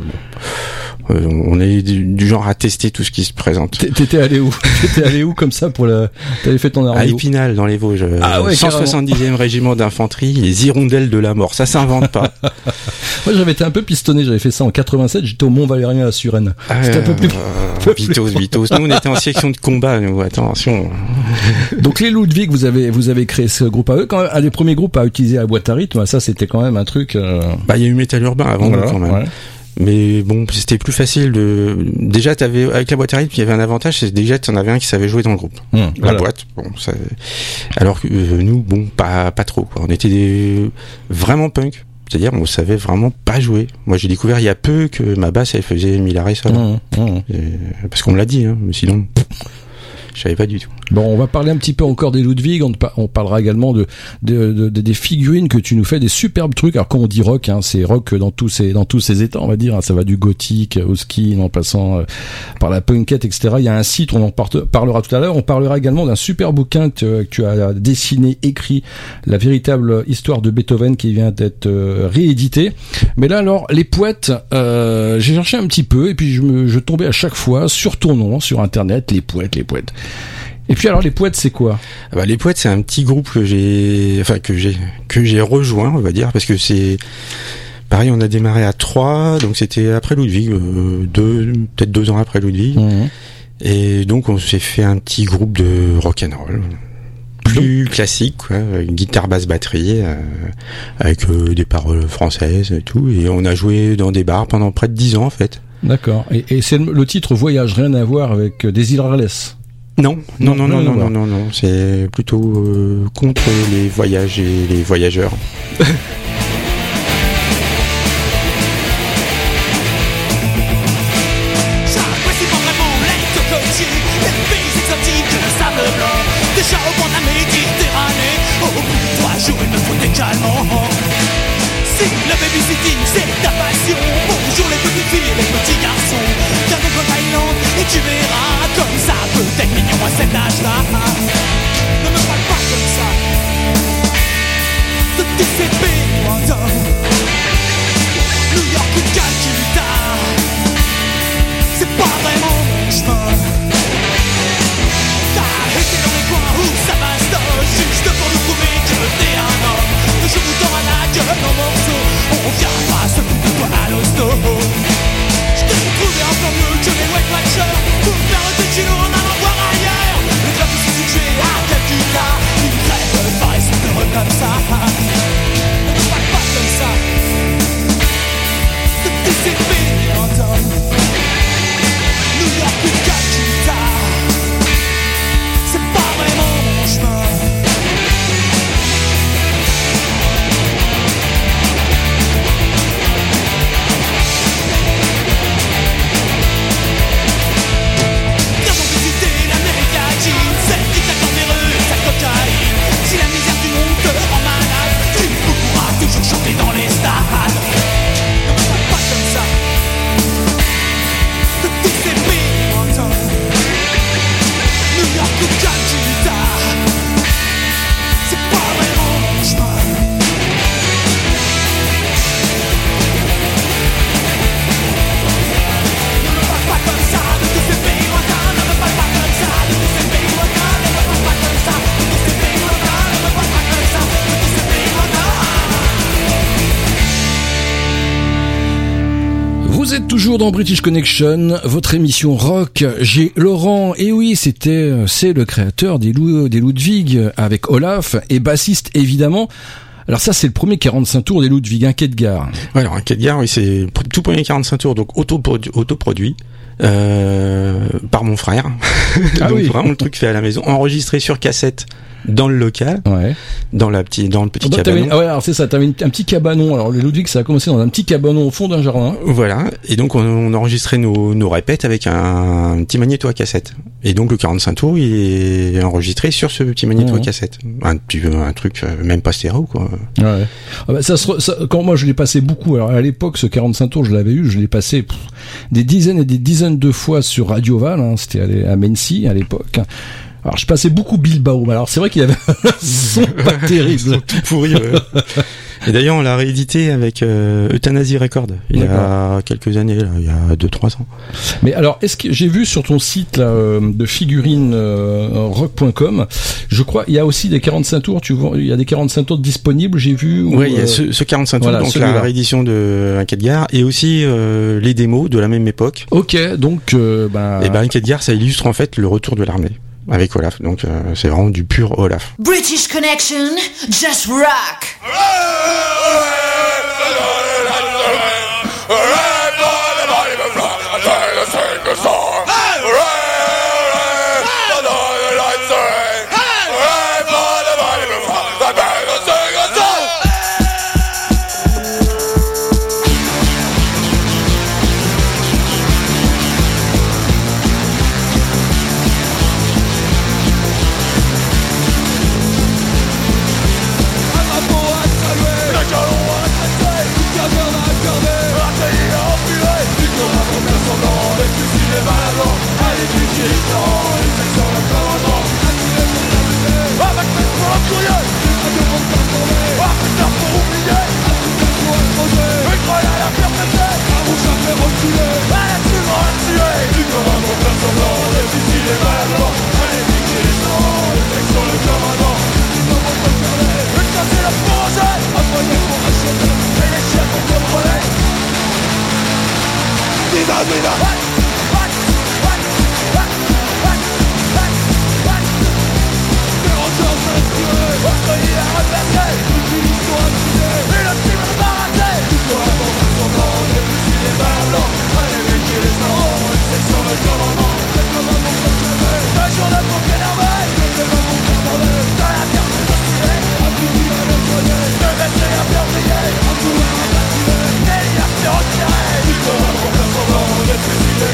On est du genre à tester tout ce qui se présente. T'étais allé où comme ça t'avais fait ton armée? À Épinal, dans les Vosges. 170e régiment d'infanterie, les hirondelles de la mort. Ça s'invente pas. Moi, j'avais été un peu pistonné. J'avais fait ça en 87. J'étais au Mont-Valérien à Suresnes. C'était un peu plus... Vitos. Nous, on était en section de combat. Nous, attention. Donc, les Ludwig, vous avez créé ce groupe à eux. Quand un des premiers groupes à utiliser la boîte à rythme, ça, c'était quand même un truc... il y a eu Metal Urbain avant, quand même. Ouais. Mais bon, c'était plus facile déjà, avec la boîte à rythme, il y avait un avantage, c'est déjà, t'en avais un qui savait jouer dans le groupe. La boîte, alors que nous, pas trop, quoi. On était vraiment punk. C'est-à-dire, on savait vraiment pas jouer. Moi, j'ai découvert il y a peu que ma basse, elle faisait Millar et Sol. Parce qu'on me l'a dit, hein. Mais sinon, je savais pas du tout. Bon, on va parler un petit peu encore des Ludwig. On parlera également des figurines que tu nous fais, des superbes trucs. Alors quand on dit rock, hein, c'est rock dans tous ses états, on va dire. Ça va du gothique au ski, en passant par la punkette, etc. Il y a un site, on en parlera tout à l'heure. On parlera également d'un super bouquin que tu as dessiné, écrit, la véritable histoire de Beethoven, qui vient d'être réédité. Mais là, alors, les poètes, j'ai cherché un petit peu et puis je tombais à chaque fois sur ton nom sur Internet, les poètes. Et puis alors les poètes, c'est quoi? Les poètes, c'est un petit groupe que j'ai rejoint, on va dire, parce que c'est pareil, on a démarré à 3, donc c'était après Ludwig, peut-être 2 ans après Ludwig. Et donc on s'est fait un petit groupe de rock'n'roll plus classique, quoi, une guitare, basse, batterie, avec des paroles françaises et tout, et on a joué dans des bars pendant près de 10 ans en fait. D'accord. Et c'est le titre Voyage, rien à voir avec Désirless. Non, c'est plutôt contre les voyages et les voyageurs. Déjà au bord de la Méditerranée, au bout de 3 jours il me faut amicalement. Si le babysitting c'est ta passion, bonjour les petites filles et les petits garçons. Viens donc en Thaïlande et tu verras comme ça peut être mignon à cet âge-là. Ne me parle pas comme ça de tous ces pays lointains, New York ou Calcutta, c'est pas vraiment mon chemin. T'as été dans les coins où ça bastonne, juste pour nous prouver que t'es un homme. Que je vous tends à la gueule en morceaux, on vient pas se foutre de toi à l'hosto. Je t'ai trouvé un peu mieux que les White Watchers pour faire le tequila en allant voir ailleurs. Le club est situé à Calcutta, ils rêvent pas et sont heureux comme ça. Ne me parle pas comme ça de tous ces pays lointains, New York ou Calcutta, c'est pas vraiment mon chemin. Si la misère du monde te rend malade, tu pourras toujours chanter dans les stades. Ne me parle pas comme ça de tous ces pays lointains, New York ou Calcutta, c'est pas vraiment mon chemin. Ne me parle pas comme ça de tous ces pays lointains. Ne me parle pas comme ça de tous ces pays lointains. Ne me parle pas comme ça de tous ces pays lointains. Ne me parle pas comme ça de tous ces pays lointains. Vous êtes toujours dans British Connection, votre émission rock. J'ai Laurent, et oui, c'est le créateur des Ludwig avec Olaf, et bassiste évidemment. Alors ça, c'est le premier 45 tours des Ludwig, un Kedgar. Ouais, alors un Kedgar, oui, c'est le tout premier 45 tours, donc autoproduit par mon frère. Ah donc oui. vraiment le truc fait à la maison, enregistré sur cassette dans le local, ouais, dans le petit cabanon. Ouais, alors c'est ça, t'avais un petit cabanon. Alors le Ludwig, ça a commencé dans un petit cabanon au fond d'un jardin. Voilà, et donc on enregistrait nos répètes avec un petit magnéto à cassette. Et donc le 45 tours, il est enregistré sur ce petit magnéto à cassette. Un truc même pas stéréo, quoi. Ouais. Ah bah quand moi je l'ai passé beaucoup. Alors à l'époque, ce 45 tours, je l'ai passé des dizaines et des dizaines de fois sur Radio Val. Hein, c'était à Mency à l'époque. Alors je passais beaucoup Bilbao, mais alors c'est vrai qu'il y avait un son pas terrible, tout pourri. Ouais. Et d'ailleurs on l'a réédité avec Euthanasie Record il y a quelques années, là, il y a 2-3 ans. Mais alors est-ce que j'ai vu sur ton site là, de figurines rock.com, je crois il y a aussi des 45 tours, tu vois, il y a des 45 tours disponibles, j'ai vu. Oui, il y a ce 45 tours, voilà, donc la réédition de Kedgar et aussi les démos de la même époque. Ok, donc et Kedgar, ça illustre en fait le retour de l'armée avec Olaf, donc c'est vraiment du pur Olaf. British Connection, just rock. Retiré,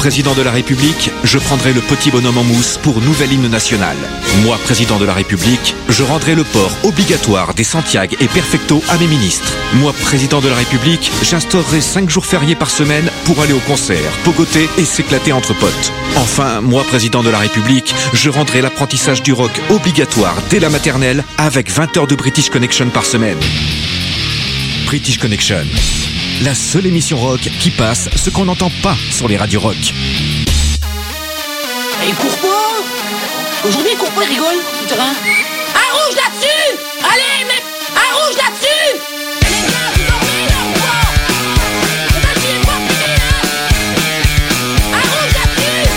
président de la République, je prendrai le petit bonhomme en mousse pour nouvel hymne national. Moi, président de la République, je rendrai le port obligatoire des Santiago et Perfecto à mes ministres. Moi, président de la République, j'instaurerai 5 jours fériés par semaine pour aller au concert, pogoter et s'éclater entre potes. Enfin, moi, président de la République, je rendrai l'apprentissage du rock obligatoire dès la maternelle avec 20 heures de British Connection par semaine. British Connection, la seule émission rock qui passe ce qu'on n'entend pas sur les radios rock. Et il court pas. Aujourd'hui il court pas, il rigole, tout terrain. Un rouge là-dessus. Allez mec, un rouge là-dessus. Les gars, vous dormez là ou quoi? Eh ben tu es pas fini là. Un rouge là-dessus.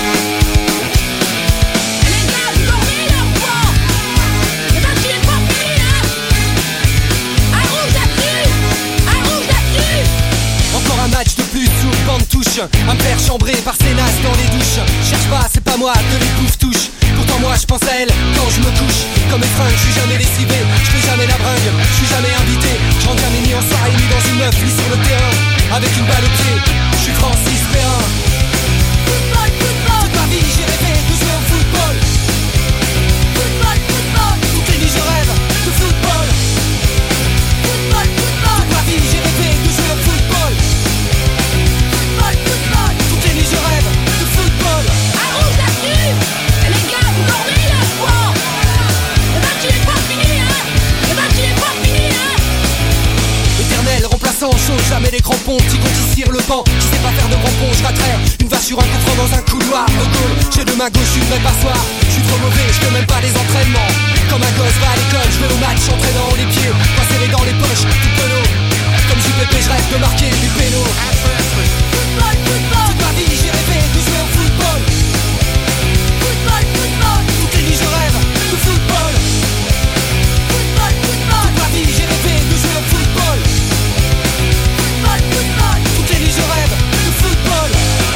Les gars, vous dormez là ou quoi? Eh ben tu es pas fini là. Un rouge là-dessus. Un rouge là-dessus. Encore un match de plus sous le banc de touche. À me faire chambrer par ses nasses dans les douches. Cherche pas, c'est pas moi, de l'épouffe touche. Pourtant moi je pense à elle quand je me couche. Comme mes fringues, je suis jamais lessivé, je fais jamais la bringue, je suis jamais invité. Je rentre jamais ni en soirée ni dans une meuf, ni sur le terrain. Avec une balle au pied, je suis Francis Perrin. Football, football. Toute ma vie j'ai rêvé de jouer au football. Football, football. Toutes les nuits je rêve de football. Football, football. Toute ma vie j'ai rêvé de jouer au football. Football, football. Toutes les nuits je rêve de football. Un rouge là-dessus. Et les gars, vous dormez là ou quoi? Eh ben tu es pas fini hein. Eh ben tu es pas fini hein. Éternel remplaçant chaud, jamais les crampons. Petit con qui cire le banc, qui sait pas faire de crampons. Je raterai une vache sur un coup franc dans un couloir. Au goal, j'ai de ma gauche une vraie passoire. Je suis trop mauvais, je fais même pas les entraînements. Comme un gosse va à l'école, je vais au match entraînant les pieds, pas serré dans les poches, tout penaud. Comme JPP, je rêve de marquer du péno. Football, football. Toute ma vie j'ai rêvé de jouer au football. Football, football. Toutes les nuits je rêve de football. Football, football. Toute ma vie j'ai rêvé de jouer au football. Football, football. Toutes les nuits je rêve de football.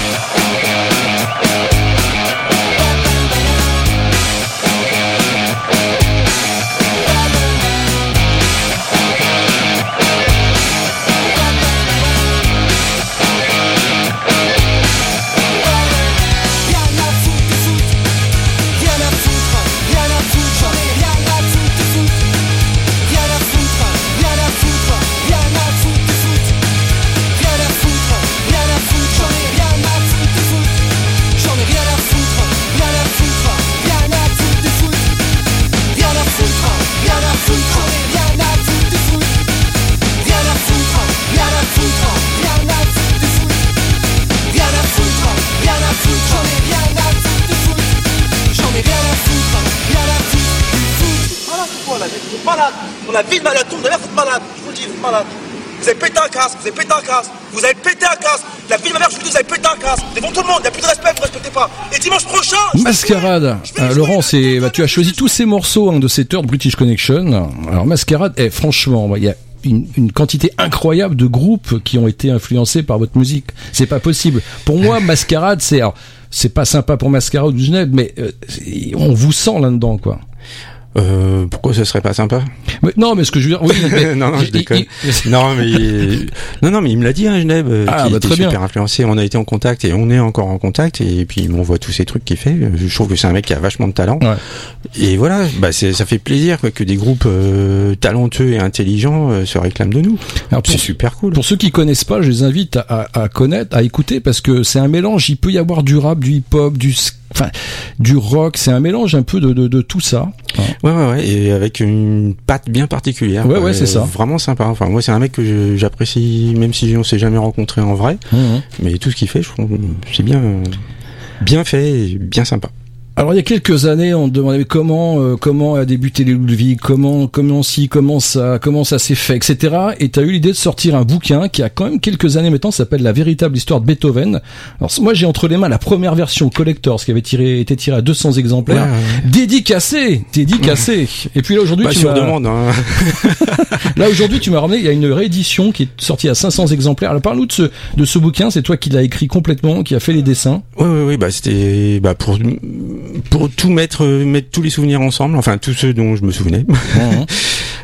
Malade, on a vie de malade, tout le monde a l'air d'être malade, je vous le dis, vous êtes malade. Vous avez pété un casque, vous avez pété un casque, vous avez pété un casque. La vie de ma mère, je vous dis, vous avez pété un casque. Devant tout le monde, il n'y a plus de respect, vous ne respectez pas. Et dimanche prochain. Mascarade. Laurent, tu as choisi tous ces morceaux de cette heure de British Connection. Alors, Mascarade, franchement, il y a une quantité incroyable de groupes qui ont été influencés par votre musique. C'est pas possible. Pour moi, Mascarade, c'est pas sympa pour Mascarade ou Genève, mais on vous sent là-dedans, quoi. Pourquoi ce serait pas sympa? Non, mais ce que je veux dire, oui. Mais, non, je déconne. Non, mais il me l'a dit, Genève, qui était super influencé. On a été en contact et on est encore en contact. Et puis, on voit tous ces trucs qu'il fait. Je trouve que c'est un mec qui a vachement de talent. Ouais. Et voilà, ça fait plaisir, quoi, que des groupes talentueux et intelligents se réclament de nous. Alors, c'est super cool. Pour ceux qui connaissent pas, je les invite à connaître, à écouter, parce que c'est un mélange. Il peut y avoir du rap, du hip-hop, du rock, c'est un mélange un peu de tout ça. Ouais, et avec une patte bien particulière. Ouais, c'est ça. Vraiment sympa. Enfin, moi, c'est un mec que j'apprécie, même si on s'est jamais rencontré en vrai. Mais tout ce qu'il fait, je trouve, c'est bien fait et bien sympa. Alors il y a quelques années, on demandait comment a débuté les Ludwig, comment ça s'est fait, etc. Et t'as eu l'idée de sortir un bouquin qui a quand même quelques années maintenant, s'appelle La véritable histoire de Beethoven. Alors moi j'ai entre les mains la première version collector, ce qui avait été tiré à 200 exemplaires, dédicacé. Et puis là aujourd'hui là aujourd'hui tu m'as ramené, il y a une réédition qui est sortie à 500 exemplaires. Alors parle-nous de ce bouquin, c'est toi qui l'as écrit complètement, qui a fait les dessins. Oui, c'était pour tout mettre tous les souvenirs ensemble, enfin tous ceux dont je me souvenais.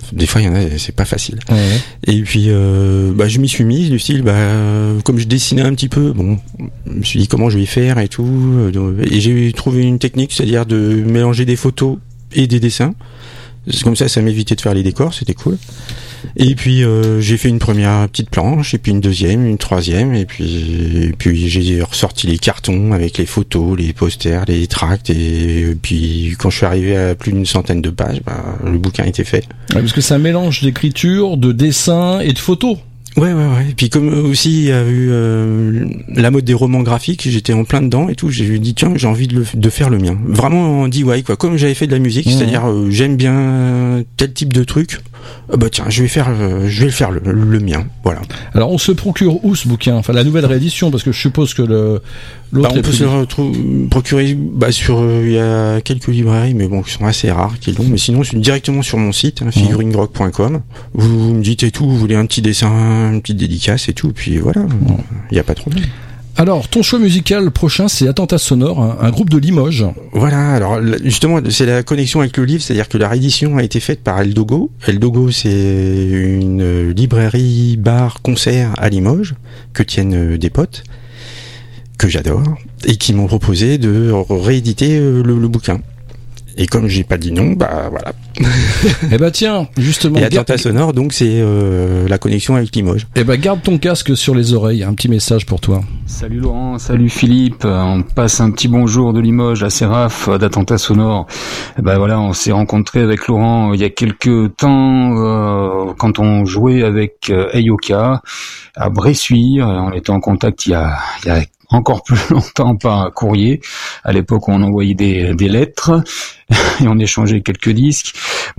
des fois il y en a, c'est pas facile. Ouais. Et puis je m'y suis mis du style comme je dessinais un petit peu, bon, je me suis dit comment je vais faire et tout, et j'ai trouvé une technique, c'est-à-dire de mélanger des photos et des dessins. C'est comme ça m'évitait de faire les décors, c'était cool. Et puis j'ai fait une première petite planche, et puis une deuxième, une troisième, et puis j'ai ressorti les cartons avec les photos, les posters, les tracts, et puis quand je suis arrivé à plus d'une centaine de pages, le bouquin était fait. Ouais, parce que c'est un mélange d'écriture, de dessin et de photos. Ouais. Et puis comme aussi il y a eu la mode des romans graphiques, j'étais en plein dedans et tout, j'ai dit tiens, j'ai envie de faire le mien. Vraiment en DIY quoi, comme j'avais fait de la musique, c'est-à-dire j'aime bien tel type de truc. Tiens, je vais le faire le mien, voilà. Alors on se procure où ce bouquin, enfin la nouvelle réédition, parce que je suppose que l'autre on peut se procurer sur il y a quelques librairies mais bon qui sont assez rares qui l'ont, mais sinon c'est directement sur mon site figurinegrock.com. Vous me dites et tout, vous voulez un petit dessin, une petite dédicace et tout, puis voilà, il y a pas de problème. Alors, ton choix musical prochain, c'est Attentat Sonore, un groupe de Limoges. Voilà, alors justement, c'est la connexion avec le livre, c'est-à-dire que la réédition a été faite par Eldogo. Eldogo, c'est une librairie, bar, concert à Limoges, que tiennent des potes, que j'adore, et qui m'ont proposé de rééditer le bouquin. Et comme j'ai pas dit non, voilà. Tiens, justement. Et Attentat Sonore, donc c'est la connexion avec Limoges. Garde ton casque sur les oreilles, un petit message pour toi. Salut Laurent, salut Philippe, on passe un petit bonjour de Limoges à Séraph d'Attentat Sonore. On s'est rencontrés avec Laurent il y a quelques temps quand on jouait avec Eyoka à Bressuire. On était en contact il y a encore plus longtemps par courrier. À l'époque, on envoyait des lettres et on échangeait quelques disques.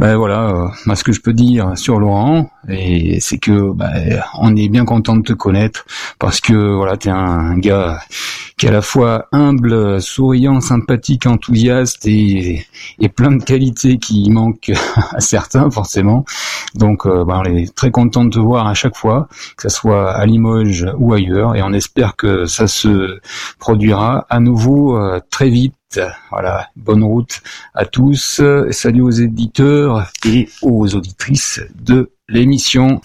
Ce que je peux dire sur Laurent, et c'est que on est bien content de te connaître parce que t'es un gars qui est à la fois humble, souriant, sympathique, enthousiaste et plein de qualités qui manquent à certains forcément. Donc on est très content de te voir à chaque fois, que ça soit à Limoges ou ailleurs, et on espère que ça se produira à nouveau très vite. Voilà, bonne route à tous, salut aux éditeurs et aux auditrices de l'émission.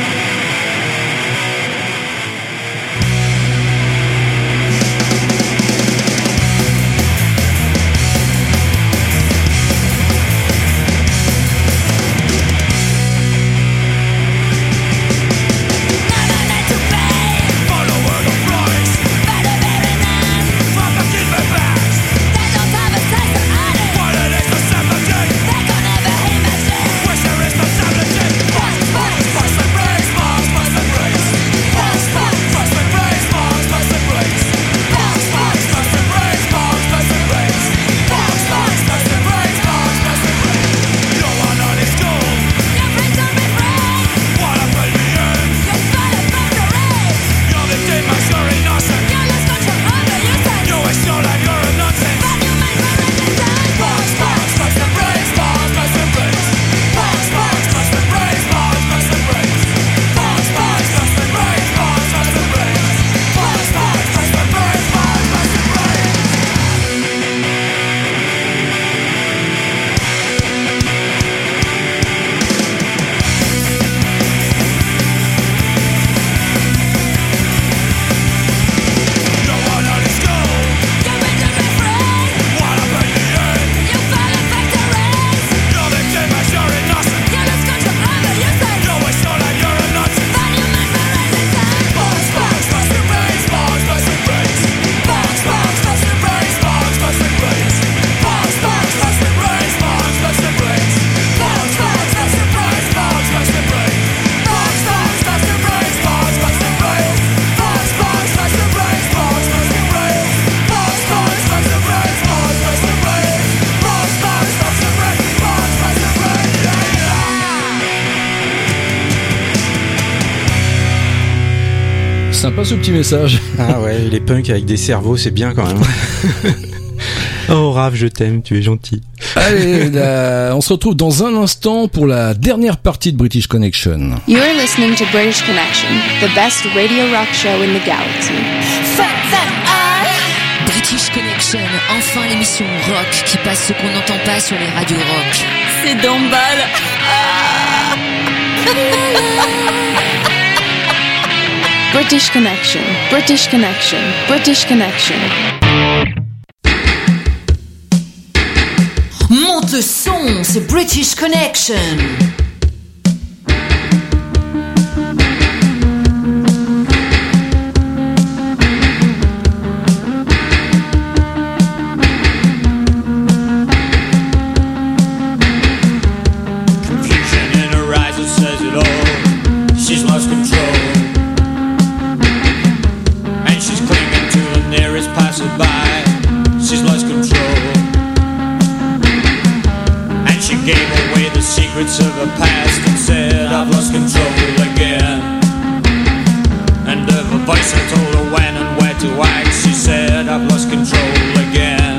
Sympa ce petit message. Ah ouais, les punks avec des cerveaux, c'est bien quand même. Oh Raph, je t'aime, tu es gentil. Allez, on se retrouve dans un instant pour la dernière partie de British Connection. You're listening to British Connection, the best radio rock show in the galaxy. British Connection, enfin l'émission rock qui passe ce qu'on n'entend pas sur les radios rock. C'est d'emballe. Ah British Connection, British Connection, British Connection. Monte le son, c'est British Connection. Secrets of the past and said I've lost control again. And of a voice that told her when and where to act, she said I've lost control again.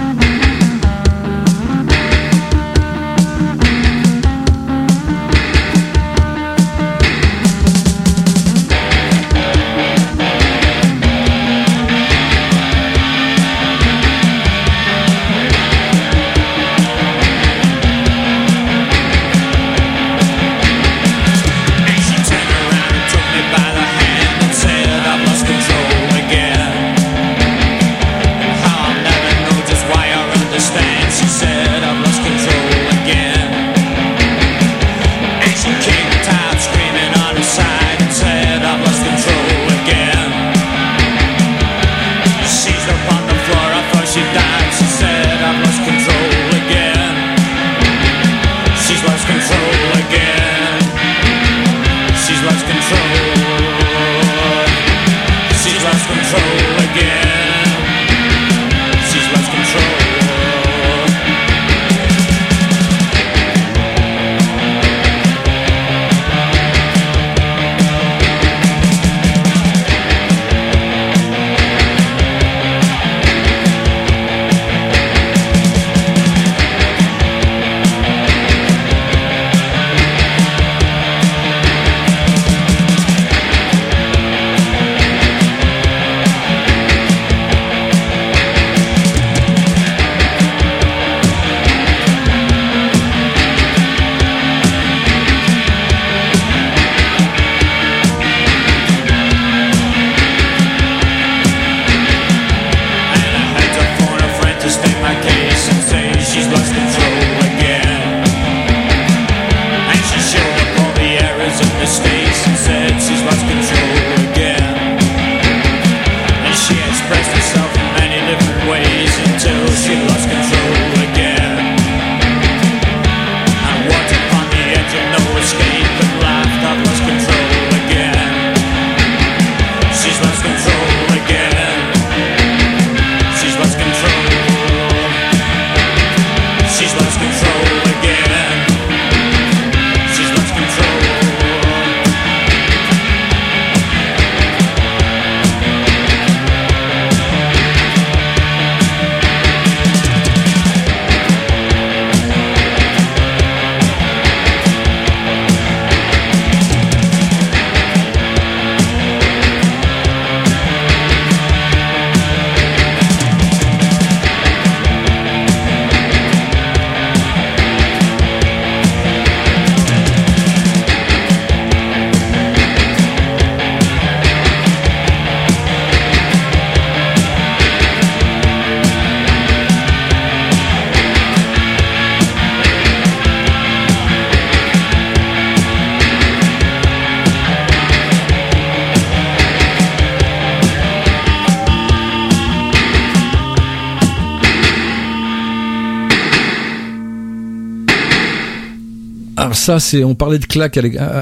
Ça, c'est, on parlait de claque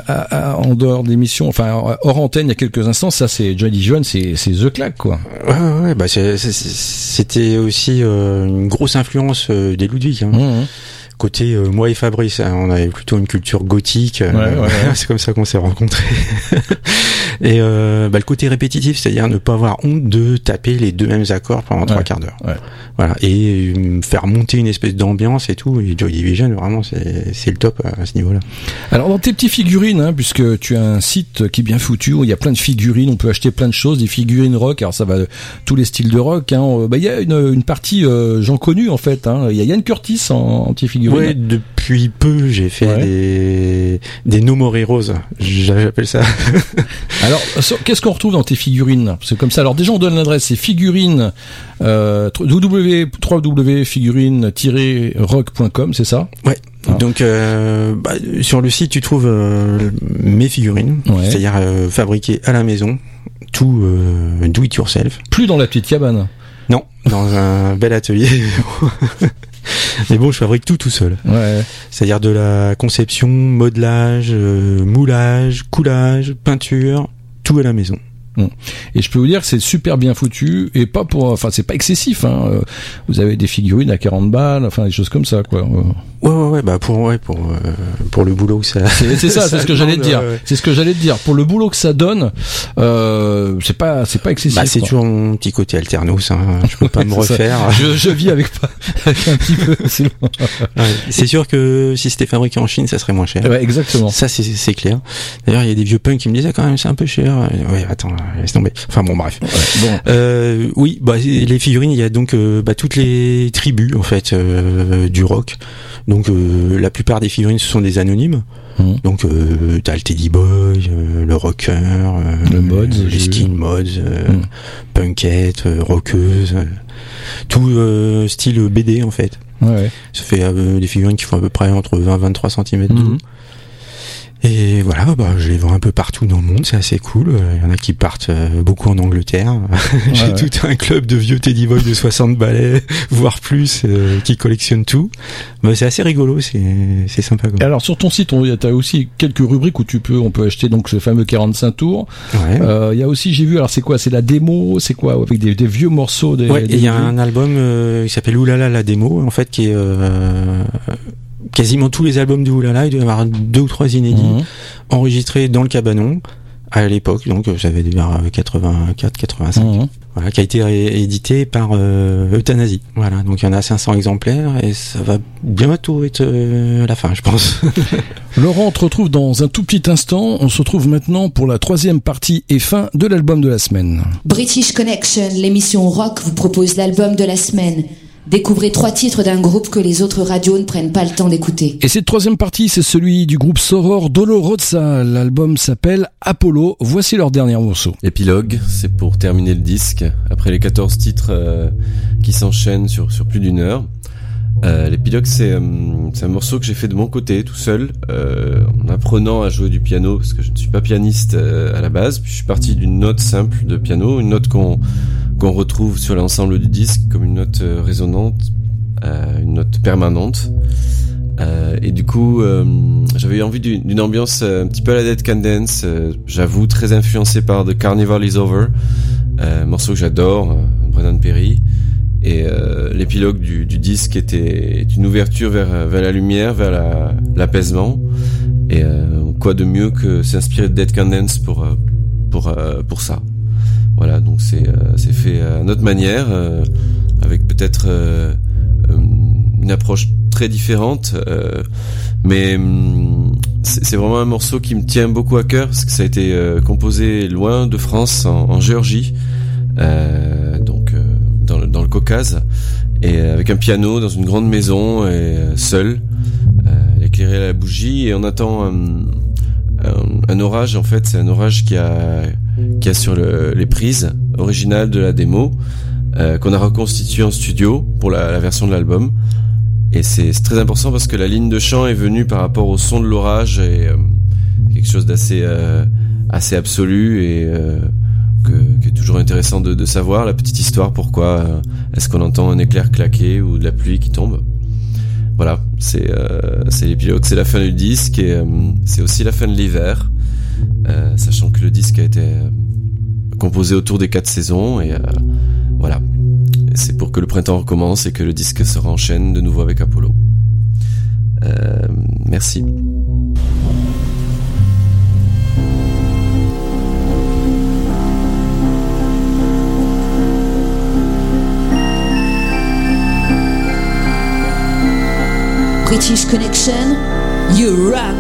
en dehors d'émission, enfin hors antenne il y a quelques instants. Ça, c'est Joy Division, c'est The Claque, quoi. Ouais, bah c'était aussi une grosse influence des Ludwig. Hein. Mmh. Côté moi et Fabrice, hein, on avait plutôt une culture gothique. Ouais. C'est comme ça qu'on s'est rencontrés. Et le côté répétitif, c'est-à-dire ne pas avoir honte de taper les deux mêmes accords pendant 3 quarts d'heure. Ouais. Voilà, et faire monter une espèce d'ambiance et tout. Et Joy Division, vraiment, c'est le top à ce niveau-là. Alors dans tes petites figurines, hein, puisque tu as un site qui est bien foutu où il y a plein de figurines, on peut acheter plein de choses, des figurines rock. Alors ça va tous les styles de rock. Hein. Il y a une partie gens connus en fait. Hein. Il y a Ian Curtis en petite figurine. figurines. Ouais, depuis peu, j'ai fait des No More Heroes, j'appelle ça. Alors, qu'est-ce qu'on retrouve dans tes figurines? C'est comme ça. Alors déjà, on donne l'adresse, c'est figurines www.figurines-rock.com, c'est ça? Ouais. Donc sur le site tu trouves mes figurines, c'est-à-dire fabriquées à la maison, tout do it yourself. Plus dans la petite cabane. Non, dans un bel atelier. Mais bon, je fabrique tout seul. Ouais. C'est-à-dire de la conception, modelage, moulage, coulage, peinture, tout à la maison. Et je peux vous dire que c'est super bien foutu et pas c'est pas excessif, hein. Vous avez des figurines à 40 balles, enfin des choses comme ça, quoi. Ouais, bah pour le boulot que ça. C'est ça, c'est ce que j'allais te dire. Ouais. C'est ce que j'allais te dire. Pour le boulot que ça donne, c'est pas excessif. Bah c'est toujours mon petit côté alternos, hein. Je peux pas me refaire. Je vis avec un petit peu. C'est bon. C'est sûr que si c'était fabriqué en Chine, ça serait moins cher. Ouais, exactement. Ça c'est clair. D'ailleurs, il y a des vieux punks qui me disaient quand même c'est un peu cher. Ouais, attends. Laisse tomber. Enfin bon, bref. Ouais, bon. Oui, les figurines, il y a donc toutes les tribus en fait du rock. Donc la plupart des figurines ce sont des anonymes. Donc t'as le Teddy Boy, le rocker, le mods, les skin mods, punkette, rockeuse, tout style BD en fait. Ouais. Ça fait des figurines qui font à peu près entre 20 et 23 cm de haut. Et voilà, je les vends un peu partout dans le monde, c'est assez cool. Il y en a qui partent beaucoup en Angleterre. J'ai tout un club de vieux Teddy Boy de 60 balais, voire plus, qui collectionnent tout. C'est assez rigolo, c'est sympa. Quoi. Alors sur ton site, t'as aussi quelques rubriques où on peut acheter donc ce fameux 45 tours. Ouais. Il y a aussi, j'ai vu, alors c'est quoi? C'est la démo, c'est quoi? Avec des vieux morceaux. Il y a un album qui s'appelle Oulala la démo, en fait, qui est quasiment tous les albums de Oulala, il doit y avoir 2 ou 3 inédits enregistrés dans le cabanon à l'époque, donc ça avait vers 84-85. Voilà, qui a été édité par Euthanasie. Voilà, donc il y en a 500 exemplaires et ça va bientôt être la fin, je pense. Laurent, on te retrouve dans un tout petit instant. On se retrouve maintenant pour la 3e partie et fin de l'album de la semaine. British Connection, l'émission rock, vous propose l'album de la semaine. Découvrez 3 titres d'un groupe que les autres radios ne prennent pas le temps d'écouter. Et cette 3e partie, c'est celui du groupe Soror Dolorosa. L'album s'appelle Apollo. Voici leur dernier morceau. Épilogue, c'est pour terminer le disque. Après les 14 titres qui s'enchaînent sur plus d'1 heure. L'épilogue, c'est un morceau que j'ai fait de mon côté, tout seul, en apprenant à jouer du piano, parce que je ne suis pas pianiste à la base. Puis je suis parti d'une note simple de piano, une note qu'on retrouve sur l'ensemble du disque comme une note résonante, une note permanente. Et du coup, j'avais eu envie d'une ambiance un petit peu à la Dead Can Dance, j'avoue très influencé par The Carnival Is Over, morceau que j'adore, Brendan Perry. Et l'épilogue du disque est une ouverture vers la lumière, vers l'apaisement. Et quoi de mieux que s'inspirer de Dead Can Dance pour ça. Voilà, donc c'est fait à notre manière, avec peut-être une approche très différente, mais c'est vraiment un morceau qui me tient beaucoup à cœur parce que ça a été composé loin de France, en Géorgie, donc dans le Caucase, et avec un piano dans une grande maison, et seul, éclairé à la bougie, et on attend un orage. En fait, c'est un orage qui a sur les prises originales de la démo, qu'on a reconstitué en studio pour la version de l'album. Et c'est très important parce que la ligne de chant est venue par rapport au son de l'orage, et quelque chose d'assez assez absolu, et qui est toujours intéressant de savoir la petite histoire, pourquoi est-ce qu'on entend un éclair claquer ou de la pluie qui tombe. Voilà, c'est l'épilogue, c'est la fin du disque, et c'est aussi la fin de l'hiver, sachant que le disque a été composé autour des 4 saisons, et voilà, c'est pour que le printemps recommence et que le disque se renchaîne de nouveau avec Apollo. Merci. British Connection, you rock!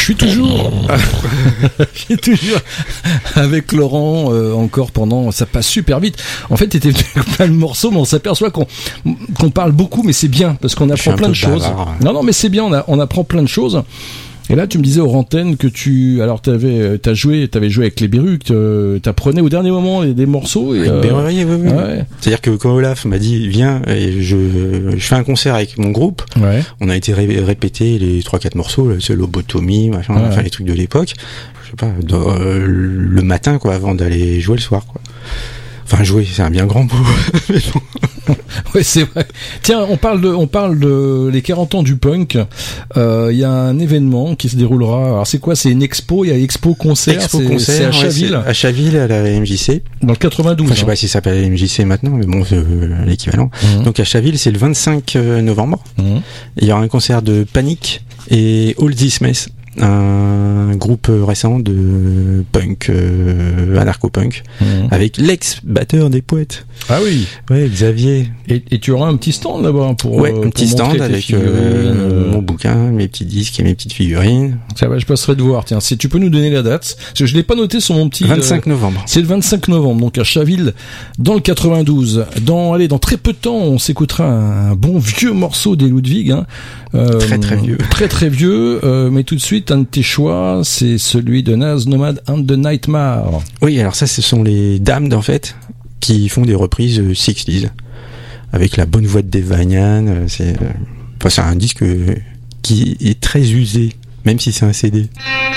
suis toujours avec Laurent encore pendant. Ça passe super vite. En fait, t'étais venu avec plein de morceaux, mais on s'aperçoit qu'on parle beaucoup, mais c'est bien parce qu'on apprend plein de choses. Non, mais c'est bien. On apprend plein de choses. Et là, tu me disais hors antenne que t'avais joué avec les Berruques, t'apprenais au dernier moment des morceaux. Et, oui. Ouais. C'est-à-dire que quand Olaf m'a dit viens et je fais un concert avec mon groupe, on a été répéter les 3-4 morceaux, c'est lobotomie, machin, enfin les trucs de l'époque. Je sais pas, le matin quoi, avant d'aller jouer le soir quoi. Enfin jouer, c'est un bien grand mot. Ouais, c'est vrai. Tiens, on parle de les 40 ans du punk. Il y a un événement qui se déroulera. Alors c'est quoi? C'est une expo. Il y a expo concert. C'est à Chaville. À Chaville, à la MJC. Dans le 92. Enfin, je sais pas si ça s'appelle la MJC maintenant, mais bon, c'est l'équivalent. Donc à Chaville, c'est le 25 novembre. Il y aura un concert de Panic et All This Mess. Un groupe récent de punk, anarcho-punk, avec l'ex-batteur des Poètes. Ah oui. Ouais, Xavier. Et tu auras un petit stand là-bas pour un petit stand avec mon bouquin, mes petits disques et mes petites figurines. Ça va, je passerai de voir. Tiens, si tu peux nous donner la date, parce que je l'ai pas noté sur mon petit. 25 novembre. C'est le 25 novembre, donc à Chaville, dans le 92. Dans très peu de temps, on s'écoutera un bon vieux morceau des Ludwig. Très très vieux. Très très vieux. Mais tout de suite, un de tes choix, c'est celui de Nas Nomad and the Nightmare. Oui, alors ça, ce sont les Damned en fait, qui font des reprises 60s avec la bonne voix de Dave Vanian. C'est un disque qui est très usé, même si c'est un CD.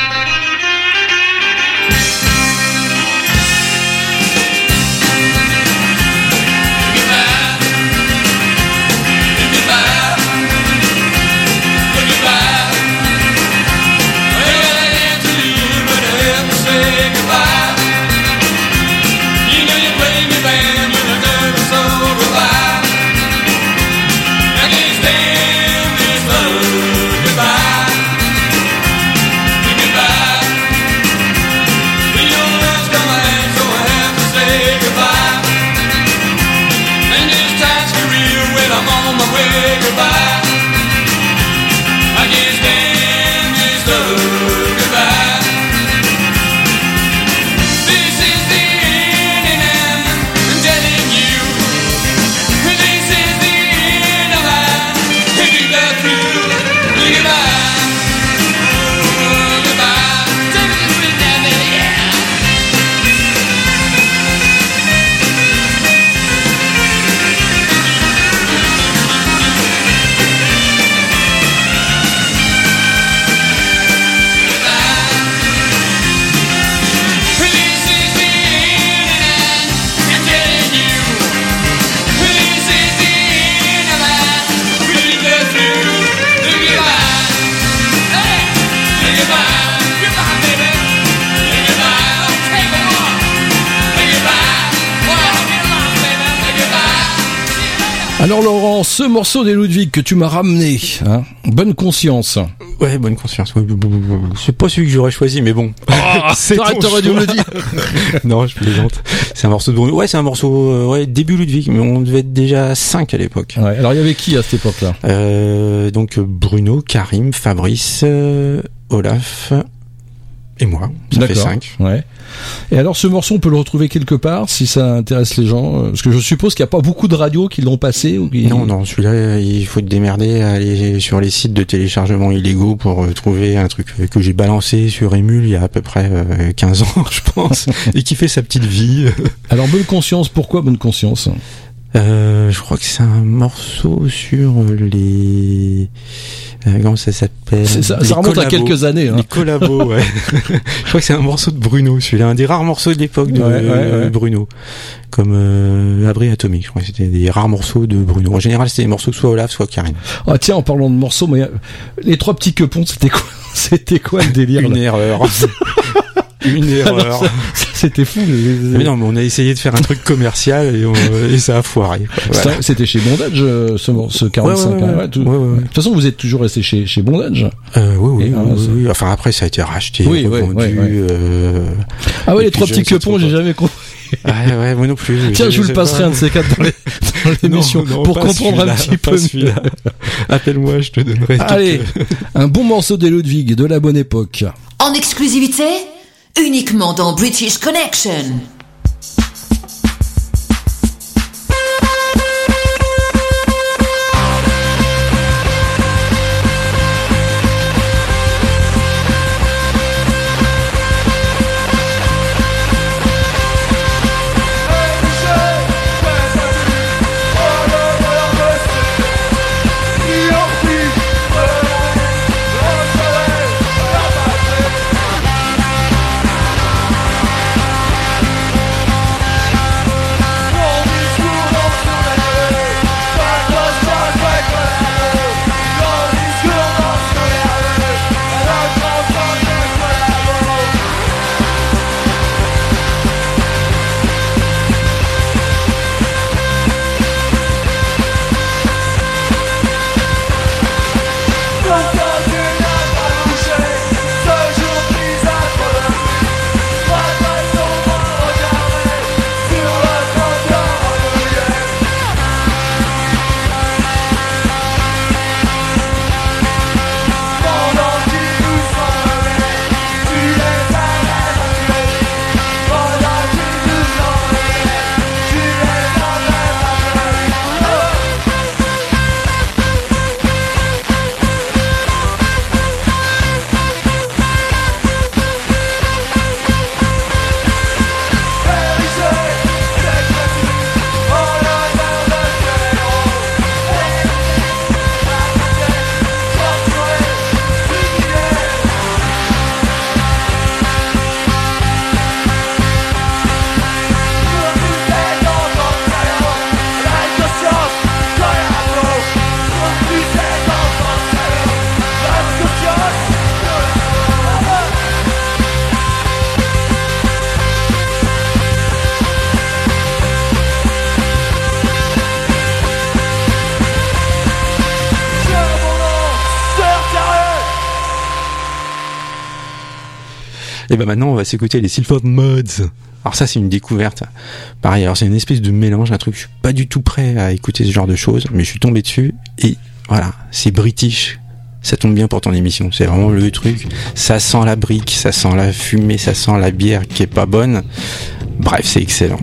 Alors Laurent, ce morceau des Ludwig que tu m'as ramené, bonne conscience. Ouais, bonne conscience. C'est pas celui que j'aurais choisi, mais bon. T'aurais dû me le dire. Non, je plaisante. C'est un morceau de Bruno. Ouais, c'est un morceau, début Ludwig, mais on devait être déjà 5 à l'époque. Ouais, alors il y avait qui à cette époque-là? Donc Bruno, Karim, Fabrice, Olaf et moi. Ça fait 5. Ouais. Et alors ce morceau, on peut le retrouver quelque part si ça intéresse les gens, parce que je suppose qu'il n'y a pas beaucoup de radios qui l'ont passé ou qui... Non, celui-là, il faut te démerder à aller sur les sites de téléchargement illégaux pour trouver un truc que j'ai balancé sur Emule il y a à peu près 15 ans, je pense, et qui fait sa petite vie. Alors Bonne Conscience, pourquoi Bonne Conscience? Je crois que c'est un morceau sur les... comment ça s'appelle? Ça remonte à quelques années. Les collabos, ouais. Je crois que c'est un morceau de Bruno, celui-là, un des rares morceaux de l'époque de Bruno. Comme Abri Atomique, je crois que c'était des rares morceaux de Bruno. En général, c'était des morceaux soit Olaf, soit Karine. Ah tiens, en parlant de morceaux, mais les trois petits quepons, c'était quoi le délire? Une erreur. Une erreur. Alors, c'était fou. Mais non, mais on a essayé de faire un truc commercial et ça a foiré. Voilà. C'était chez Bondage, ce 45. Ouais. De toute façon, vous êtes toujours resté chez Bondage. Oui. Enfin, après, ça a été racheté, revendu. Ah ouais, les trois petits quepons, j'ai jamais compris. Ouais, moi non plus. Tiens, je vous le passerai un de ces quatre dans l'émission pour comprendre un petit peu mieux. Appelle-moi, je te donnerai. Allez, un bon morceau des Ludwig de la bonne époque. En exclusivité, uniquement dans British Connection. Et ben maintenant on va s'écouter les Silford Mods. Alors ça c'est une découverte. Pareil, alors c'est une espèce de mélange, un truc, je suis pas du tout prêt à écouter ce genre de choses, mais je suis tombé dessus et voilà, c'est british. Ça tombe bien pour ton émission, c'est vraiment le truc. Ça sent la brique, ça sent la fumée, ça sent la bière qui est pas bonne. Bref, c'est excellent.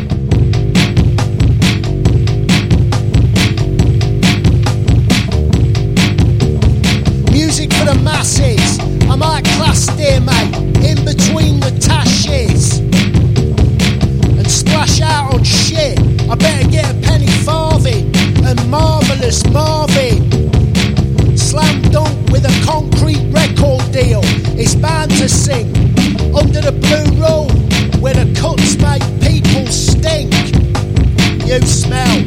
Music for the masses. I might class there, mate, in between the tashes and splash out on shit. I better get a penny farthing and marvellous Marvin. Slam dunk with a concrete record deal. It's bound to sing under the blue room where the cuts make people stink. You smell.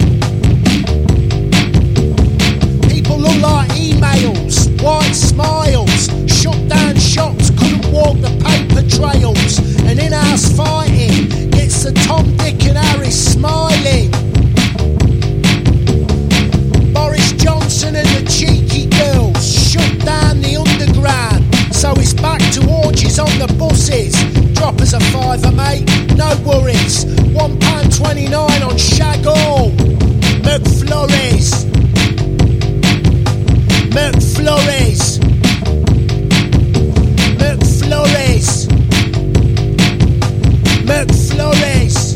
People look like emails, white smiles, shut down shops, couldn't walk the paper trails, and in-house fighting gets the Tom, Dick and Harry smiling. Boris Johnson and the cheeky girls shut down the underground, so it's back to orgies on the buses. Drop us a fiver, mate, no worries. £1.29 on Shagall. McFlurries. McFlurries. McFlurries. McFlurries.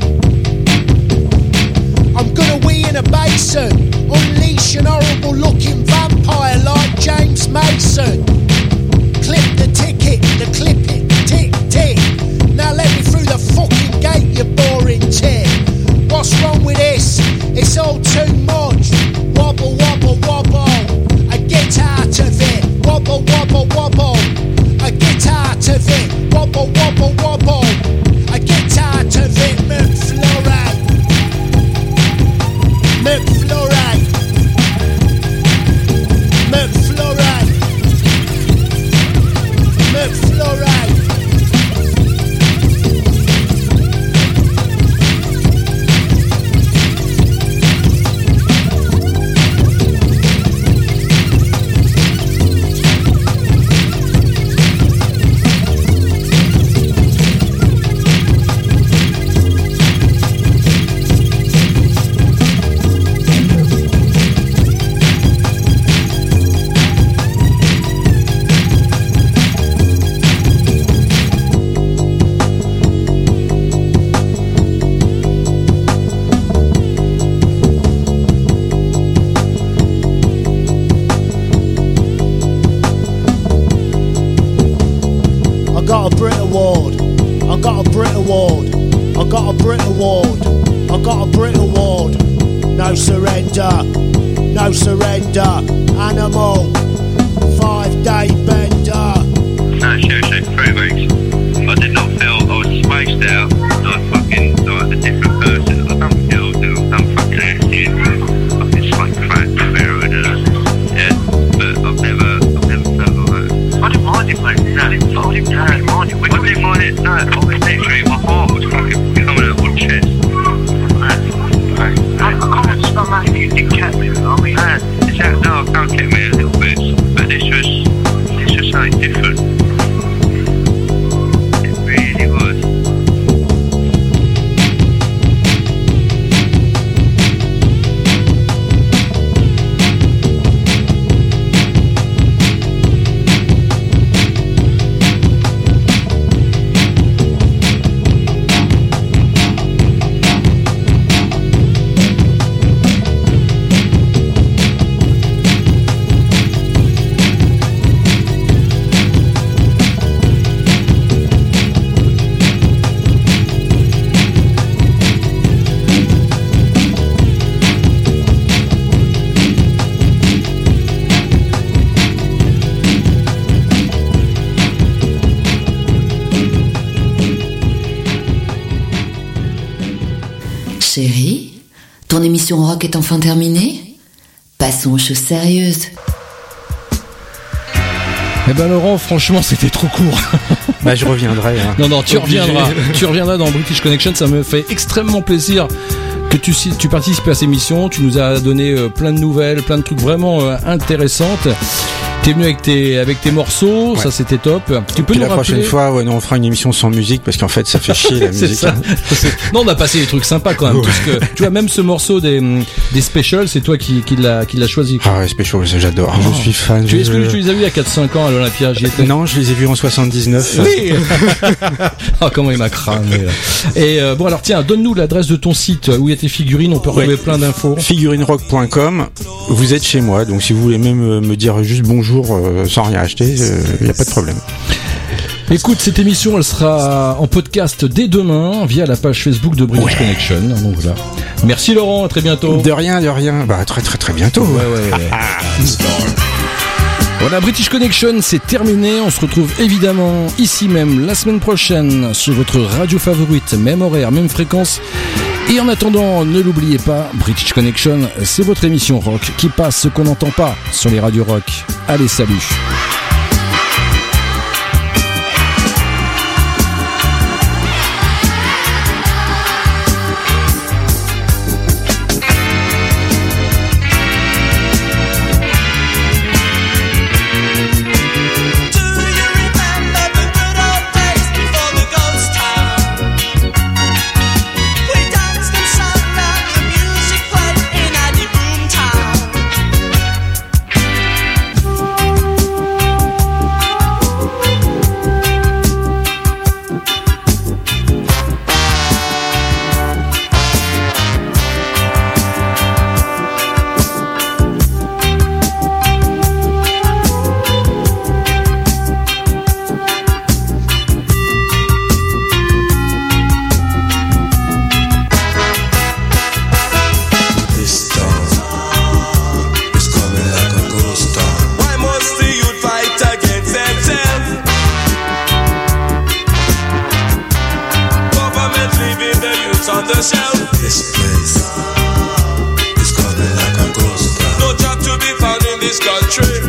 I'm gonna wee in a basin, unleash an horrible looking vampire like James Mason. Clip the ticket, the clip it, tick tick. Now let me through the fucking gate, you boring tick. What's wrong with this? It's all too much. Wobble, wobble, wobble. I get out of got a Brit Award. I got a Brit Award. I got a Brit Award. I got a Brit Award. No surrender. No surrender. Animal. 5-day bender. No, seriously, 3 weeks. I did not feel I was spaced out, like fucking, like a different person. I don't feel I'm fucking acting, fucking smoke crack, heroin, yeah, but I've never felt like that. I didn't mind it, mate, no, I didn't mind it. I didn't mind it, no, I was literally, my heart was fucking coming out of my chest. I can't stop making you think cat me, I mean, no, I can't get me a little bit, but this was something different. It really was. Chérie, ton émission rock est enfin terminée? Passons aux choses sérieuses. Eh ben Laurent, franchement, c'était trop court. Bah je reviendrai. Hein. Non, tu reviendras dans British Connection. Ça me fait extrêmement plaisir que tu participes à ces émissions. Tu nous as donné plein de nouvelles, plein de trucs vraiment intéressantes. T'es venu avec tes morceaux, ça c'était top. Tu peux nous rappeler... prochaine fois, on fera une émission sans musique parce qu'en fait ça fait chier la musique. Ça. Non, on a passé des trucs sympas quand même. Ouais. Parce que tu vois, même ce morceau des Specials, c'est toi qui l'as choisi. Quoi. Ah ouais, Specials, j'adore. Je suis fan. Est-ce que tu les as vus il y a 4-5 ans à l'Olympia? J'y étais. Non, je les ai vus en 79. Oui. Oh, comment il m'a cramé là. Et bon alors tiens, donne-nous l'adresse de ton site où il y a tes figurines. On peut retrouver plein d'infos. Figurinerock.com. Vous êtes chez moi, donc si vous voulez même me dire juste bonjour sans rien acheter, il n'y a pas de problème. Écoute, cette émission elle sera en podcast dès demain via la page Facebook de British Connection. Donc voilà. Merci Laurent, à très bientôt. De rien. Bah très bientôt. Ouais. Voilà, British Connection, c'est terminé. On se retrouve évidemment ici même la semaine prochaine sur votre radio favorite, même horaire, même fréquence. Et en attendant, ne l'oubliez pas, British Connection, c'est votre émission rock qui passe ce qu'on n'entend pas sur les radios rock. Allez, salut! On the shelf. This place is coming like a ghost town. No job to be found in this country.